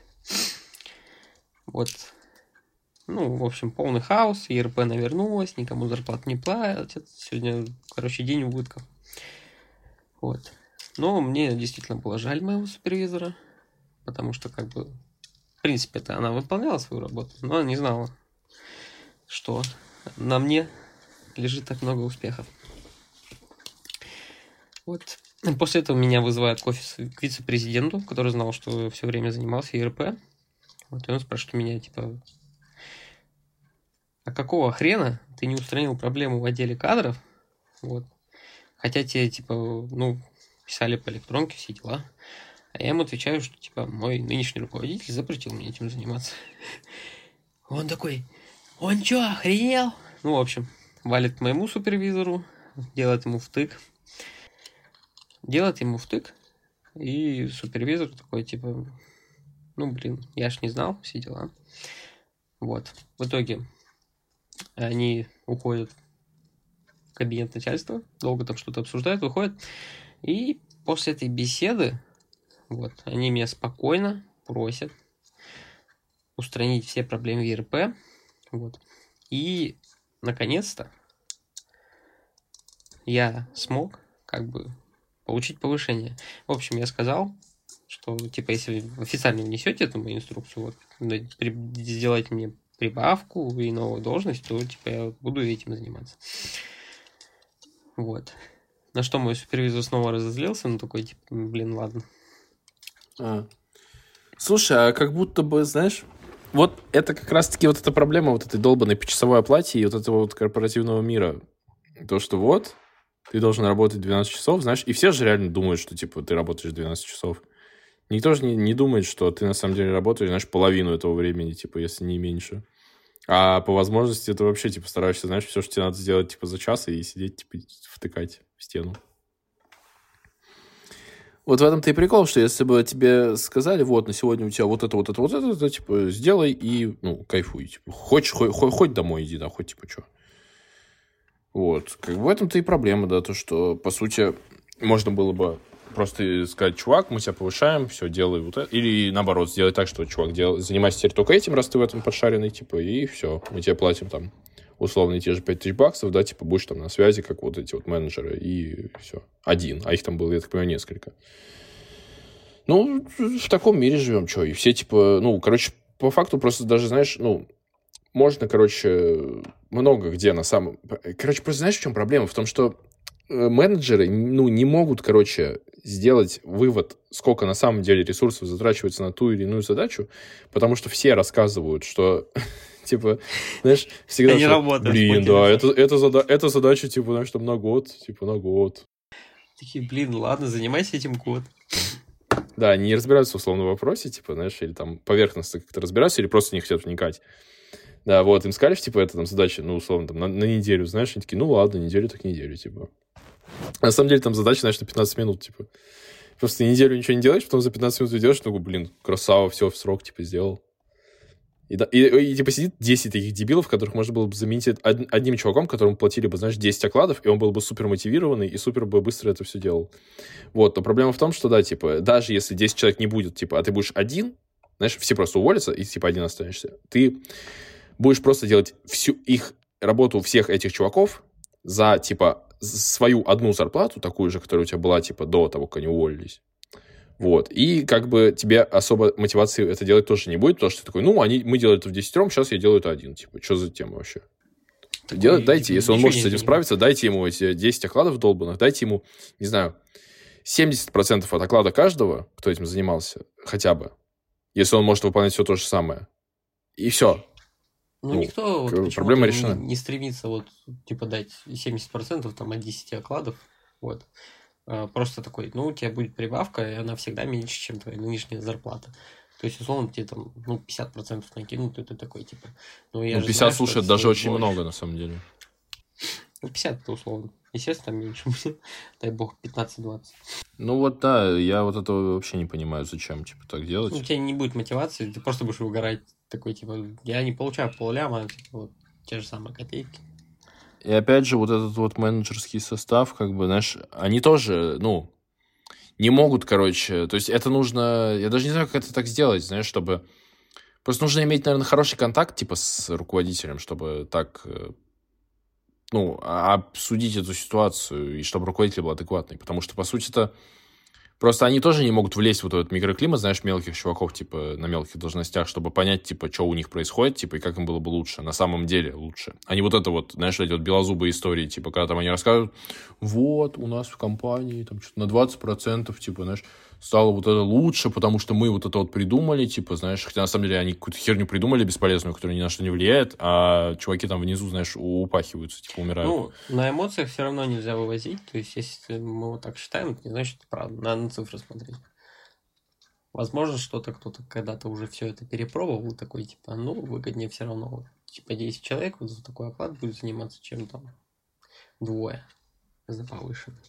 Вот. Ну, в общем, полный хаос, и эр пэ навернулась, никому зарплату не платят. Сегодня, короче, день убытков. Вот. Но мне действительно было жаль моего супервизора, потому что, как бы, в принципе-то она выполняла свою работу, но она не знала, что на мне лежит так много успехов. Вот. После этого меня вызывают к офису к вице-президенту, который знал, что все время занимался и эр пэ. Вот, и он спрашивает меня, типа, а какого хрена ты не устранил проблему в отделе кадров? Вот. Хотя тебе, типа, ну, писали по электронке, все дела. А я ему отвечаю, что, типа, мой нынешний руководитель запретил мне этим заниматься. Он такой, он чё, охренел? Ну, в общем, валит к моему супервизору, делает ему втык. Делает ему втык, и супервизор такой, типа, ну, блин, я ж не знал, все дела. Вот. В итоге они уходят в кабинет начальства, долго там что-то обсуждают, выходят. И после этой беседы, вот, они меня спокойно просят устранить все проблемы в и эр пэ. Вот. И, наконец-то, я смог, как бы, получить повышение. В общем, я сказал, что, типа, если вы официально внесете эту мою инструкцию, вот, сделайте мне прибавку и новую должность, то, типа, я буду этим заниматься. Вот. На что мой супервизор снова разозлился, ну, такой, типа, блин, ладно. А. Слушай, а как будто бы, знаешь, вот это как раз-таки вот эта проблема вот этой долбанной почасовой оплате и вот этого вот корпоративного мира. То, что вот, ты должен работать двенадцать часов, знаешь, и все же реально думают, что, типа, ты работаешь двенадцать часов. Никто же не, не думает, что ты на самом деле работаешь, знаешь, половину этого времени, типа, если не меньше. А по возможности ты вообще, типа, стараешься, знаешь, все, что тебе надо сделать, типа, за час и сидеть, типа, втыкать в стену. Вот в этом-то и прикол, что если бы тебе сказали, вот, на сегодня у тебя вот это, вот это, вот это, то, типа, сделай и, ну, кайфуй. Типа, хочешь, хоть, хоть домой иди, да, хоть, типа, что. Вот. Как бы в этом-то и проблема, да, то, что, по сути, можно было бы просто сказать, чувак, мы тебя повышаем, все, делай вот это. Или, наоборот, сделать так, что, чувак, дел... занимайся теперь только этим, раз ты в этом подшаренный, типа, и все, мы тебе платим там условно те же пять тысяч баксов, да, типа, будешь там на связи, как вот эти вот менеджеры, и все. Один. А их там было, я так понимаю, несколько. Ну, в таком мире живем, что, и все, типа, ну, короче, по факту просто даже, знаешь, ну, можно, короче, много где на самом... Короче, просто знаешь, в чем проблема? В том, что менеджеры, ну, не могут, короче, сделать вывод, сколько на самом деле ресурсов затрачивается на ту или иную задачу, потому что все рассказывают, что, типа, знаешь, всегда... Они что, работают. Блин, да, это, это, зада... это задача, типа, знаешь, там на год, типа, на год. Такие, блин, ладно, занимайся этим год. Да, они не разбираются в условном вопросе, типа, знаешь, или там поверхностно как-то разбираются, или просто не хотят вникать. Да, вот, им сказали, что, типа, это там задача, ну, условно, там, на, на неделю, знаешь, они такие, ну, ладно, неделю так неделю, типа. А на самом деле там задача, знаешь, на пятнадцать минут, типа. Просто неделю ничего не делаешь, потом за пятнадцать минут делаешь, ну, блин, красава, все в срок, типа, сделал. И, да, и, и, и, типа, сидит десять таких дебилов, которых можно было бы заменить од, одним чуваком, которому платили бы, знаешь, десять окладов, и он был бы супер мотивированный и супер бы быстро это все делал. Вот, но проблема в том, что, да, типа, даже если десять человек не будет, типа, а ты будешь один, знаешь, все просто уволятся, и, типа, один останешься, ты будешь просто делать всю их работу всех этих чуваков за, типа, свою одну зарплату, такую же, которая у тебя была, типа, до того, как они уволились. Вот. И как бы тебе особо мотивации это делать тоже не будет, потому что ты такой, ну, они, мы делали это в десятером, сейчас я делаю это один. Типа, что за тема вообще? Делать, дайте, типа, если он может с этим справиться, дайте ему эти десять окладов долбанных, дайте ему, не знаю, семьдесят процентов от оклада каждого, кто этим занимался, хотя бы, если он может выполнять все то же самое. И все. Ну, ну никто вот проблема решена. Не, не стремится вот, типа, дать семьдесят процентов там, от десяти окладов. Вот. Просто такой, ну, у тебя будет прибавка, и она всегда меньше, чем твоя нынешняя зарплата. То есть, условно, тебе там, ну, пятьдесят процентов накинут, и ты такой, типа... Ну, я ну пятьдесят, знаю, слушай, это даже очень больше. Много, на самом деле. Ну, пятьдесят это условно. Естественно, там меньше будет. Дай бог, пятнадцать-двадцать. Ну, вот да, я вот этого вообще не понимаю, зачем, типа, так делать. Ну, у тебя не будет мотивации, ты просто будешь выгорать. Такой, типа, я не получаю полляма, типа, вот, те же самые копейки. И опять же, вот этот вот менеджерский состав, как бы, знаешь, они тоже, ну, не могут, короче, то есть это нужно, я даже не знаю, как это так сделать, знаешь, чтобы, просто нужно иметь, наверное, хороший контакт, типа, с руководителем, чтобы так, ну, обсудить эту ситуацию, и чтобы руководитель был адекватный, потому что, по сути-то, просто они тоже не могут влезть в вот этот микроклимат, знаешь, мелких чуваков, типа, на мелких должностях, чтобы понять, типа, что у них происходит, типа, и как им было бы лучше, на самом деле лучше. А не вот это вот, знаешь, эти вот белозубые истории, типа, когда там они рассказывают, вот, у нас в компании, там, что-то на двадцать процентов, типа, знаешь, стало вот это лучше, потому что мы вот это вот придумали, типа, знаешь, хотя на самом деле они какую-то херню придумали бесполезную, которая ни на что не влияет, а чуваки там внизу, знаешь, упахиваются, типа, умирают. Ну, на эмоциях все равно нельзя вывозить, то есть, если мы вот так считаем, это не значит, что это правда, надо на цифры смотреть. Возможно, что-то кто-то когда-то уже все это перепробовал, такой, типа, ну, выгоднее все равно, вот, типа, десять человек вот за такой оклад будет заниматься, чем там двое за повышенный.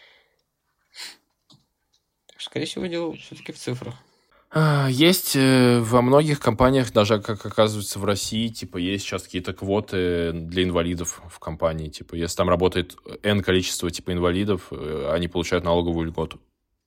Скорее всего, дело все-таки в цифрах. Есть во многих компаниях, даже, как оказывается, в России, типа, есть сейчас какие-то квоты для инвалидов в компании. Типа, если там работает N количество, типа, инвалидов, они получают налоговую льготу.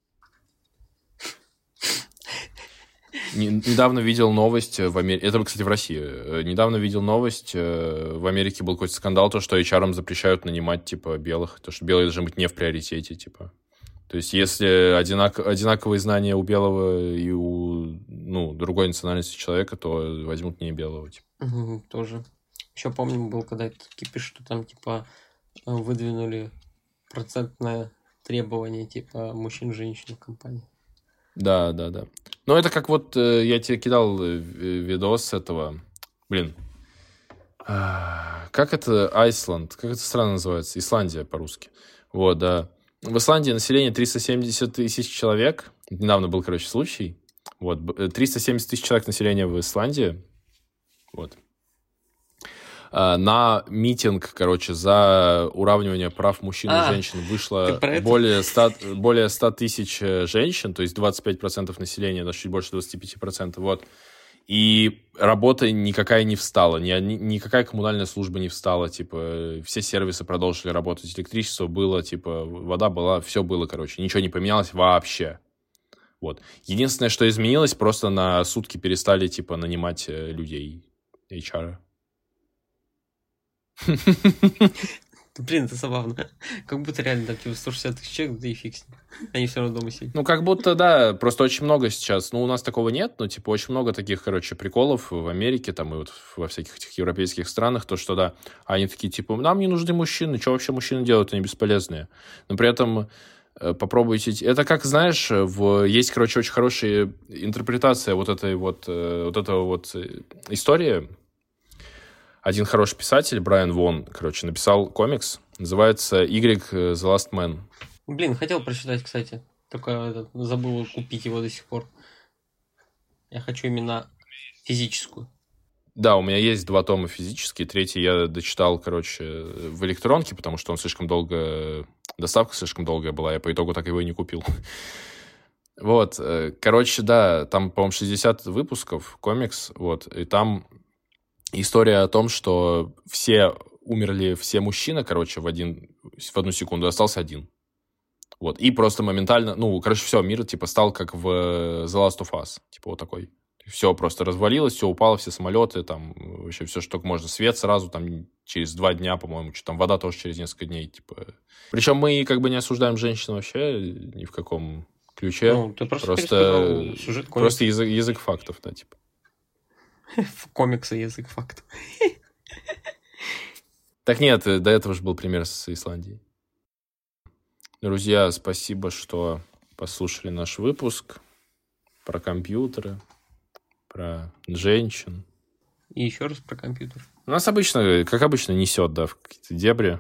Недавно видел новость в Америке. Это, кстати, в России. Недавно видел новость. В Америке был какой-то скандал, то, что эйч ар запрещают нанимать, типа, белых. То, что белые должны быть не в приоритете, типа. То есть, если одинак... одинаковые знания у белого и у, ну, другой национальности человека, то возьмут не белого. Типа. Угу, тоже. Еще помню, был когда этот кипиш, что там, типа, выдвинули процентное требование, типа, мужчин-женщин в компании. Да, да, да. Ну, это как вот э, я тебе кидал видос этого... Блин. А, как это? Айсланд. Как эта страна называется? Исландия по-русски. Вот, да. В Исландии население триста семьдесят тысяч человек. Недавно был, короче, случай. Вот. триста семьдесят тысяч человек населения в Исландии. Вот. А, на митинг, короче, за уравнивание прав мужчин а, и женщин вышло более ста, более ста тысяч женщин, то есть двадцать пять процентов населения, даже чуть больше двадцать пять процентов. Вот. И работа никакая не встала, ни, никакая коммунальная служба не встала, типа, все сервисы продолжили работать, электричество было, типа, вода была, все было, короче, ничего не поменялось вообще. Вот. Единственное, что изменилось, просто на сутки перестали, типа, нанимать людей, эйч ар. Блин, это забавно. Как будто реально там типа сто шестьдесят тысяч человек, да и фиг с ним. Они все равно дома сидят. Ну, как будто, да, просто очень много сейчас. Ну, у нас такого нет, но, типа, очень много таких, короче, приколов в Америке, там, и вот во всяких этих европейских странах, то, что, да, они такие, типа, нам не нужны мужчины, что вообще мужчины делают, они бесполезные. Но при этом попробуйте... Это как, знаешь, в... есть, короче, очень хорошая интерпретация вот этой вот, вот этого вот истории. Один хороший писатель, Брайан Вон, короче, написал комикс, называется Y The Last Man. Блин, хотел прочитать, кстати, только забыл купить его до сих пор. Я хочу именно физическую. Да, у меня есть два тома физические, третий я дочитал, короче, в электронке, потому что он слишком долго... Доставка слишком долгая была, я по итогу так его и не купил. Вот, короче, да, там, по-моему, шестьдесят выпусков, комикс, вот, и там история о том, что все умерли, все мужчины, короче, в, один, в одну секунду, остался один. Вот, и просто моментально, ну, короче, все, мир, типа, стал как в The Last of Us, типа, вот такой. Все просто развалилось, все упало, все самолеты, там, вообще все, что только можно. Свет сразу, там, через два дня, по-моему, что там, вода тоже через несколько дней, типа. Причем мы, как бы, не осуждаем женщин вообще ни в каком ключе. Ну, ты просто, просто, сюжет просто язык, язык фактов, да, типа. В комиксы язык фактов. Так нет, до этого же был пример с Исландией. Друзья, спасибо, что послушали наш выпуск про компьютеры, про женщин. И еще раз про компьютер. У нас обычно, как обычно, несет, да, в какие-то дебри.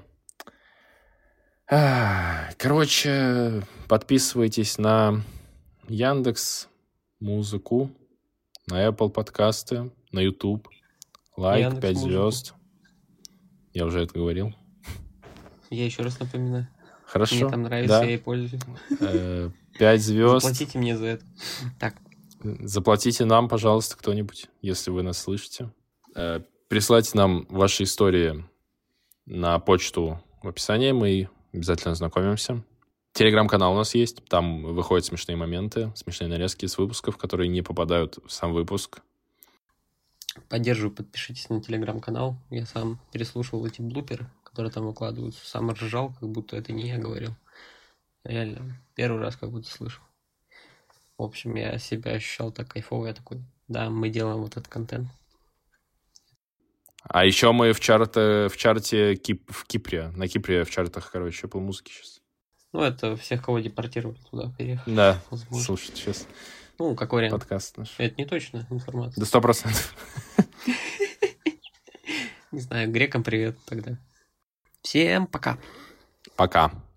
Короче, подписывайтесь на Яндекс Музыку, на Apple подкасты, на YouTube. Лайк, пять звезд. Я уже это говорил. Я еще раз напоминаю. Хорошо. Мне там нравится, да. я и пользуюсь. Пять звезд. Заплатите мне за это. Так. Заплатите нам, пожалуйста, кто-нибудь, если вы нас слышите. Присылайте нам ваши истории на почту в описании, мы обязательно ознакомимся. Телеграм-канал у нас есть, там выходят смешные моменты, смешные нарезки с выпусков, которые не попадают в сам выпуск. Поддерживаю, подпишитесь на телеграм-канал. Я сам переслушивал эти блуперы, которые там выкладываются. Сам ржал, как будто это не я говорил. Реально, первый раз как будто слышал. В общем, я себя ощущал так кайфово. Я такой, да, мы делаем вот этот контент. А еще мы в, чарте, в чарте Кип, в Кипре. На Кипре в чартах, короче, Apple музыки сейчас. Ну, это всех, кого депортировали туда, переехали. Да, возможно. Слушайте сейчас. Ну, как вариант. Подкаст наш. Это не точно информация. Да сто процентов. Не знаю, грекам привет тогда. Всем пока. Пока.